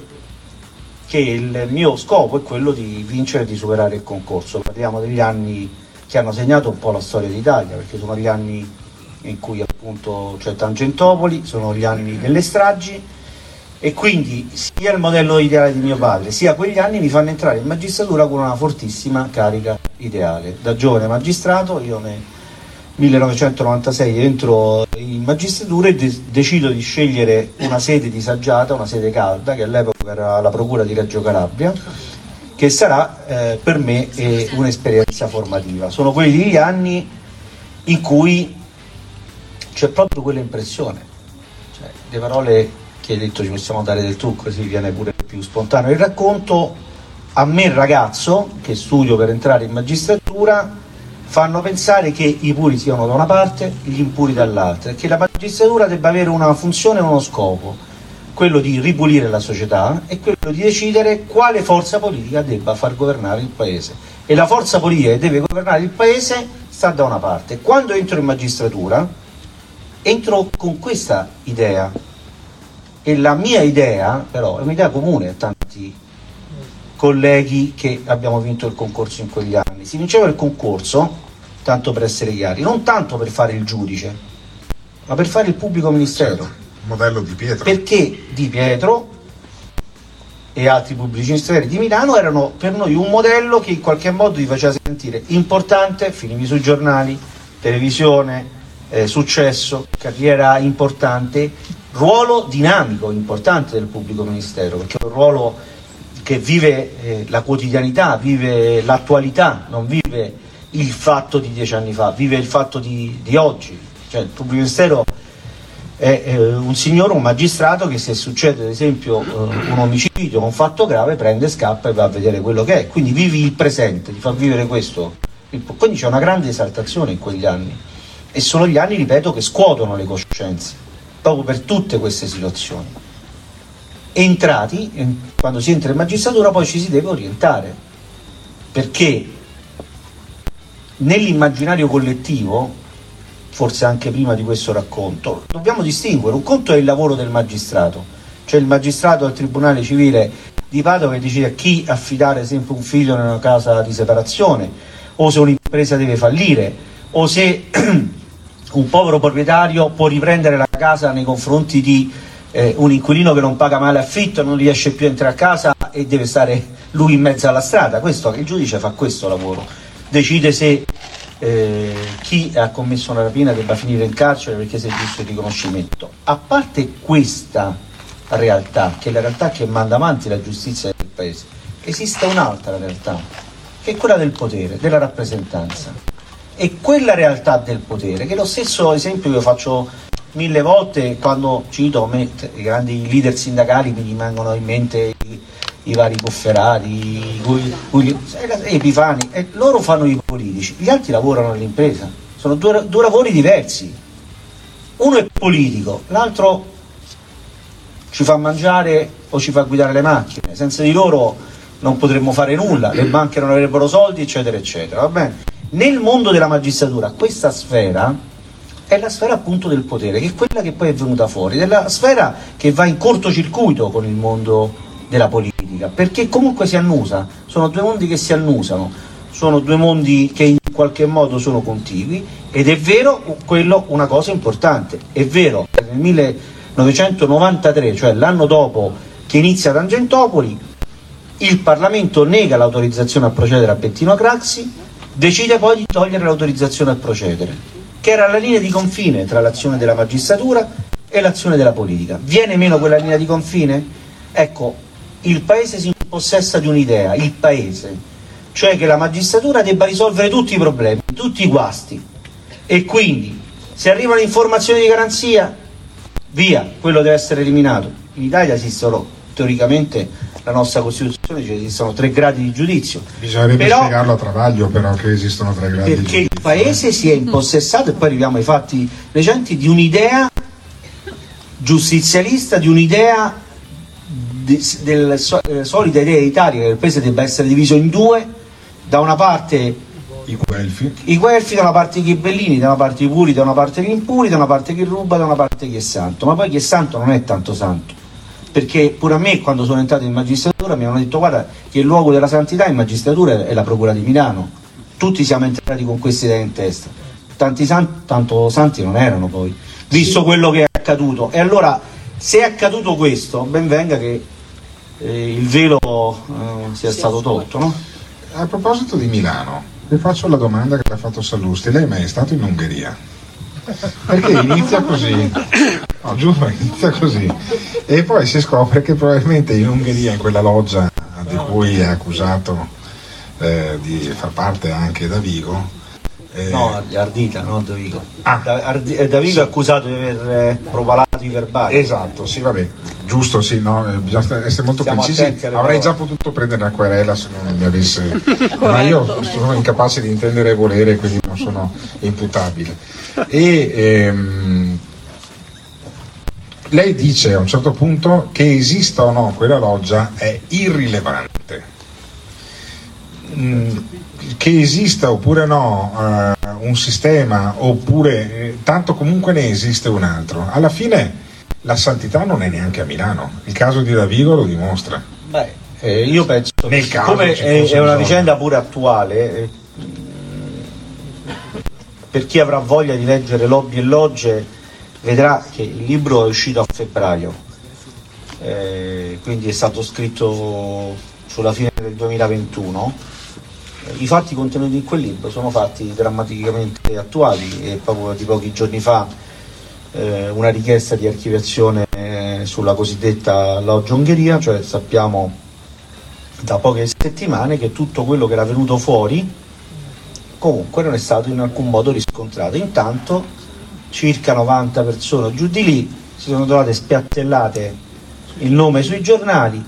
che il mio scopo è quello di vincere e di superare il concorso. Parliamo degli anni che hanno segnato un po' la storia d'Italia, perché sono gli anni in cui appunto c'è Tangentopoli, sono gli anni delle stragi, e quindi sia il modello ideale di mio padre sia quegli anni mi fanno entrare in magistratura con una fortissima carica ideale. Da giovane magistrato io nel millenovecentonovantasei entro in magistratura e de- decido di scegliere una sede disagiata, una sede calda, che all'epoca era la Procura di Reggio Calabria, che sarà eh, per me eh, un'esperienza formativa. Sono quelli gli anni in cui c'è proprio quella impressione, cioè, le parole che hai detto ci possiamo dare del trucco, così viene pure più spontaneo il racconto. A me ragazzo, che studio per entrare in magistratura, fanno pensare che i puri siano da una parte, gli impuri dall'altra, e che la magistratura debba avere una funzione e uno scopo, quello di ripulire la società e quello di decidere quale forza politica debba far governare il paese. E la forza politica che deve governare il paese sta da una parte. Quando entro in magistratura, entro con questa idea, e la mia idea però è un'idea comune a tanti colleghi che abbiamo vinto il concorso in quegli anni. Si vinceva il concorso, tanto per essere chiari, non tanto per fare il giudice, ma per fare il pubblico ministero. Certo, modello Di Pietro. Perché Di Pietro e altri pubblici ministeri di Milano erano per noi un modello che in qualche modo ti faceva sentire importante, finivi sui giornali, televisione, eh, successo, carriera importante, ruolo dinamico importante del pubblico ministero, perché è un ruolo che vive eh, la quotidianità, vive l'attualità, non vive il fatto di dieci anni fa, vive il fatto di, di oggi. Cioè, il pubblico ministero è eh, un signore, un magistrato che, se succede ad esempio eh, un omicidio, un fatto grave, prende, scappa e va a vedere quello che è. Quindi vivi il presente, ti fa vivere questo. Quindi c'è una grande esaltazione in quegli anni, e sono gli anni, ripeto, che scuotono le coscienze proprio per tutte queste situazioni. Entrati, quando si entra in magistratura poi ci si deve orientare, perché nell'immaginario collettivo, forse anche prima di questo racconto, dobbiamo distinguere: un conto è il lavoro del magistrato, cioè il magistrato al Tribunale Civile di Padova che decide a chi affidare, ad esempio, un figlio in una casa di separazione, o se un'impresa deve fallire, o se un povero proprietario può riprendere la casa nei confronti di eh, un inquilino che non paga mai l'affitto, non riesce più a entrare a casa e deve stare lui in mezzo alla strada. Questo, il giudice fa questo lavoro, decide se eh, chi ha commesso una rapina debba finire in carcere perché si è giusto il riconoscimento. A parte questa realtà, che è la realtà che manda avanti la giustizia del paese, esiste un'altra realtà, che è quella del potere, della rappresentanza. E quella realtà del potere, che è lo stesso esempio che io faccio mille volte quando cito me, i grandi leader sindacali, mi rimangono in mente i, i vari Cofferati, i Epifani, e loro fanno i politici, gli altri lavorano all'impresa, sono due, due lavori diversi. Uno è politico, l'altro ci fa mangiare o ci fa guidare le macchine, senza di loro non potremmo fare nulla, le banche non avrebbero soldi, eccetera eccetera, va bene? Nel mondo della magistratura questa sfera è la sfera appunto del potere, che è quella che poi è venuta fuori, della sfera che va in cortocircuito con il mondo della politica, perché comunque si annusa, sono due mondi che si annusano, sono due mondi che in qualche modo sono contigui. Ed è vero quello, una cosa importante, è vero che nel millenovecentonovantatré, cioè l'anno dopo che inizia Tangentopoli, il Parlamento nega l'autorizzazione a procedere a Bettino Craxi, decide poi di togliere l'autorizzazione a procedere, che era la linea di confine tra l'azione della magistratura e l'azione della politica. Viene meno quella linea di confine? Ecco, il Paese si impossessa di un'idea, il Paese, cioè che la magistratura debba risolvere tutti i problemi, tutti i guasti, e quindi se arrivano informazioni di garanzia, via, quello deve essere eliminato. In Italia esistono, teoricamente, la nostra Costituzione dice che esistono tre gradi di giudizio. Bisognerebbe però, spiegarlo a Travaglio però che esistono tre gradi di perché giudizio. il Paese si è impossessato, e poi arriviamo ai fatti recenti, di un'idea giustizialista, di un'idea de, del, eh, solida idea elitaria che il Paese debba essere diviso in due, da una parte i guelfi, i guelfi da una parte i ghibellini, da una parte i puri, da una parte gli impuri, da una parte chi ruba, da una parte chi è santo. Ma poi chi è santo non è tanto santo, perché pure a me, quando sono entrato in magistratura, mi hanno detto: guarda che il luogo della santità in magistratura è la procura di Milano. Tutti siamo entrati con questa idea in testa, tanti santi, tanto santi non erano poi, visto sì. quello che è accaduto. E allora, se è accaduto questo, ben venga che eh, il velo eh, sia stato tolto, no? A proposito di Milano, le faccio la domanda che l'ha fatto Sallusti: lei mai è stato in Ungheria? Perché inizia così, no, giuro, inizia così, e poi si scopre che probabilmente in Ungheria, in quella loggia di cui è accusato eh, di far parte anche Davigo, eh... no, Ardita, non Davigo. Ah. Da, Ardi, Davigo sì. è accusato di aver eh, propalato i verbali. Esatto, sì, vabbè, giusto, sì, no, bisogna essere molto Siamo precisi. Avrei parole. già potuto prendere una querela se non mi avesse, ma io sono incapace di intendere e volere, quindi non sono imputabile. E ehm, lei dice a un certo punto che esista o no quella loggia è irrilevante. Mm, che esista oppure no uh, un sistema, oppure eh, tanto comunque ne esiste un altro, alla fine la santità non è neanche a Milano. Il caso di Davigo lo dimostra. Beh, eh, io penso Nel che caso come è, è una vicenda pure attuale, eh, per chi avrà voglia di leggere Lobby e Logge vedrà che il libro è uscito a febbraio, eh, quindi è stato scritto sulla fine del duemilaventuno. I fatti contenuti in quel libro sono fatti drammaticamente attuali, e proprio di pochi giorni fa eh, una richiesta di archiviazione eh, sulla cosiddetta loggia Ungheria, cioè sappiamo da poche settimane che tutto quello che era venuto fuori comunque non è stato in alcun modo riscontrato. Intanto circa novanta persone giù di lì si sono trovate spiattellate il nome sui giornali,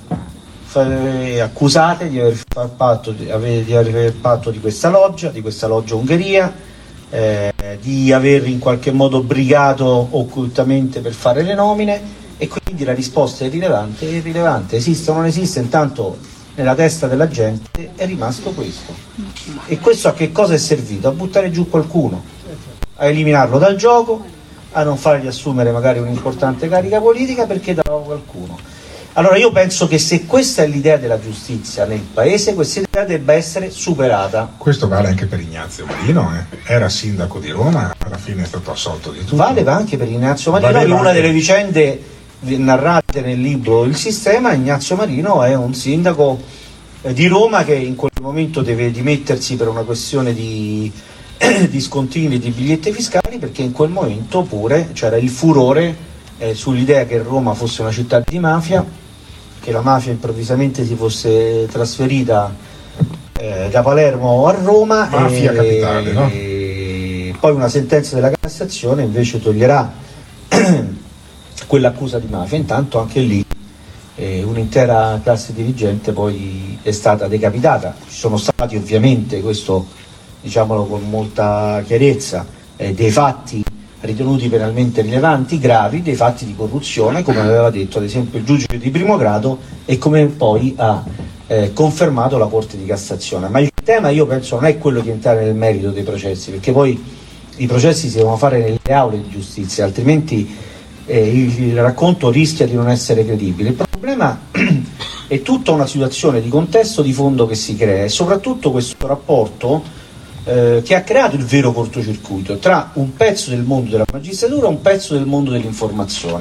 accusate di aver fatto patto di, di aver fatto di questa loggia, di questa loggia Ungheria, eh, di aver in qualche modo brigato occultamente per fare le nomine, e quindi la risposta è irrilevante, è irrilevante, esiste o non esiste, intanto nella testa della gente è rimasto questo. E questo a che cosa è servito? A buttare giù qualcuno, a eliminarlo dal gioco, a non fargli assumere magari un'importante carica politica perché dava qualcuno. Allora io penso che se questa è l'idea della giustizia nel Paese, questa idea debba essere superata. Questo vale anche per Ignazio Marino, eh? Era sindaco di Roma, alla fine è stato assolto di tutto. Vale anche per Ignazio Marino, vale, che una delle vicende narrate nel libro Il Sistema, Ignazio Marino è un sindaco di Roma che in quel momento deve dimettersi per una questione di, di scontrini di biglietti fiscali, perché in quel momento pure c'era il furore eh, sull'idea che Roma fosse una città di mafia, che la mafia improvvisamente si fosse trasferita eh, da Palermo a Roma, mafia e, capitale, no? E poi una sentenza della Cassazione invece toglierà quell'accusa di mafia. Intanto anche lì eh, un'intera classe dirigente poi è stata decapitata. Ci sono stati ovviamente, questo diciamolo con molta chiarezza, eh, dei fatti ritenuti penalmente rilevanti, gravi, dei fatti di corruzione, come aveva detto ad esempio il giudice di primo grado e come poi ha eh, confermato la Corte di Cassazione. Ma il tema, io penso, non è quello di entrare nel merito dei processi, perché poi i processi si devono fare nelle aule di giustizia, altrimenti eh, il, il racconto rischia di non essere credibile. Il problema è tutta una situazione di contesto di fondo che si crea, e soprattutto questo rapporto Eh, che ha creato il vero cortocircuito tra un pezzo del mondo della magistratura e un pezzo del mondo dell'informazione.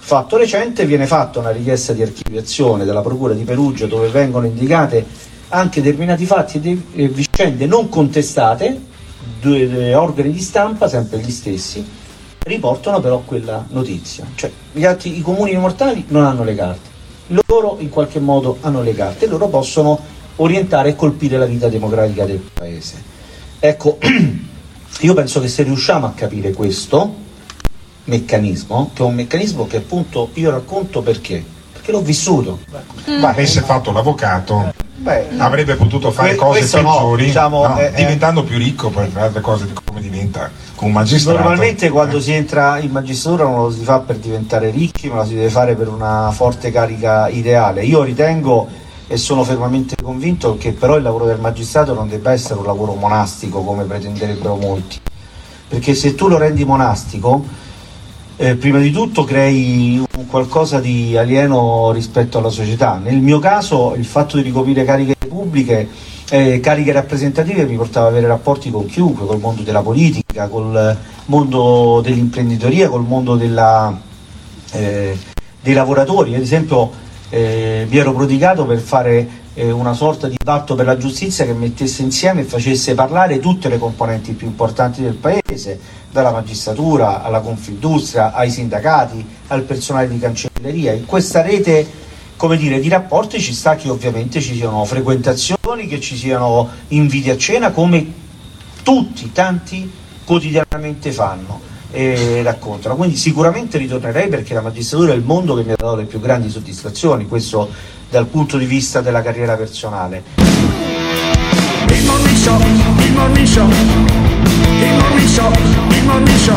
Fatto recente, viene fatta una richiesta di archiviazione dalla Procura di Perugia dove vengono indicate anche determinati fatti e vicende non contestate, due, due organi di stampa, sempre gli stessi, riportano però quella notizia. Cioè gli altri, i comuni mortali non hanno le carte, loro in qualche modo hanno le carte e loro possono orientare e colpire la vita democratica del paese. Ecco, io penso che se riusciamo a capire questo meccanismo, che è un meccanismo che appunto io racconto perché, perché l'ho vissuto. Ma avesse fatto l'avvocato, beh, avrebbe potuto fare que- cose no, peggiori, diciamo, no, eh, diventando più ricco per fare le cose come diventa con un magistrato. Normalmente quando si entra in magistratura non lo si fa per diventare ricchi, ma lo si deve fare per una forte carica ideale. Io ritengo e sono fermamente convinto che però il lavoro del magistrato non debba essere un lavoro monastico come pretenderebbero molti, perché se tu lo rendi monastico, Eh, prima di tutto crei un qualcosa di alieno rispetto alla società. Nel mio caso il fatto di ricoprire cariche pubbliche, eh, cariche rappresentative, mi portava ad avere rapporti con chiunque, col mondo della politica, col mondo dell'imprenditoria, col mondo della, eh, dei lavoratori. Ad esempio eh, mi ero prodigato per fare eh, una sorta di patto per la giustizia che mettesse insieme e facesse parlare tutte le componenti più importanti del paese, dalla magistratura alla Confindustria, ai sindacati, al personale di cancelleria. In questa rete, come dire, di rapporti ci sta che ovviamente ci siano frequentazioni, che ci siano inviti a cena, come tutti, tanti quotidianamente fanno e raccontano. Quindi sicuramente ritornerei, perché la magistratura è il mondo che mi ha dato le più grandi soddisfazioni, questo dal punto di vista della carriera personale. Il Morning Show, il Morning Show, il Morning Show, il Morning Show.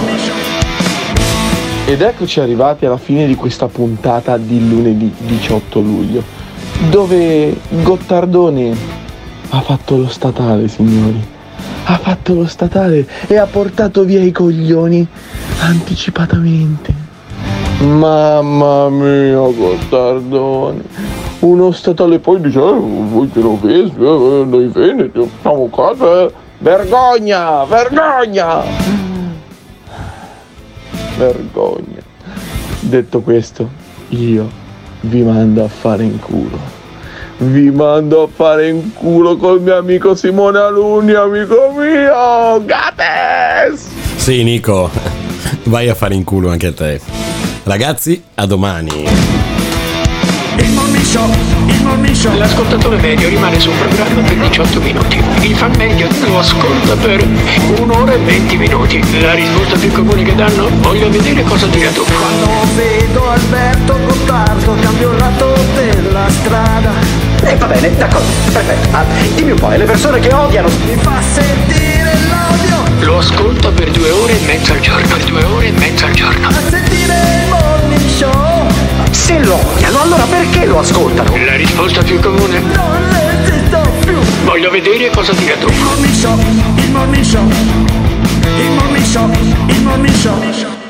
Ed eccoci arrivati alla fine di questa puntata di lunedì diciotto luglio, dove Gottardone ha fatto lo statale, signori. Ha fatto lo statale e ha portato via i coglioni anticipatamente. Mamma mia, Gottardone. Uno statale poi dice, eh, voi genovesi, eh, noi veneti, siamo casa, eh. Vergogna, vergogna! Vergogna. Detto questo, io vi mando a fare in culo. Vi mando a fare in culo col mio amico Simone Alunni, amico mio! Gates! Sì, Nico, vai a fare in culo anche a te. Ragazzi, a domani. Il Morning Show, il Morning Show. L'ascoltatore medio rimane sul programma per diciotto minuti. Il fan medio lo ascolta per un'ora e venti minuti. La risposta più comune che danno: voglio vedere cosa dirà tu. Quando vedo Alberto Gottardo cambio il lato della strada. E eh, va bene, d'accordo, perfetto. Ah, dimmi un po', e le persone che odiano? Mi fa sentire l'odio. Lo ascolta per due ore e mezza al giorno. Per due ore e mezza al giorno. A sentire il Morning Show. Se lo odiano, allora perché lo ascoltano? La risposta più comune: non esisto più. Voglio vedere cosa dirà tu. Il Morning Show, il Morning Show, il Morning Show, il Morning Show.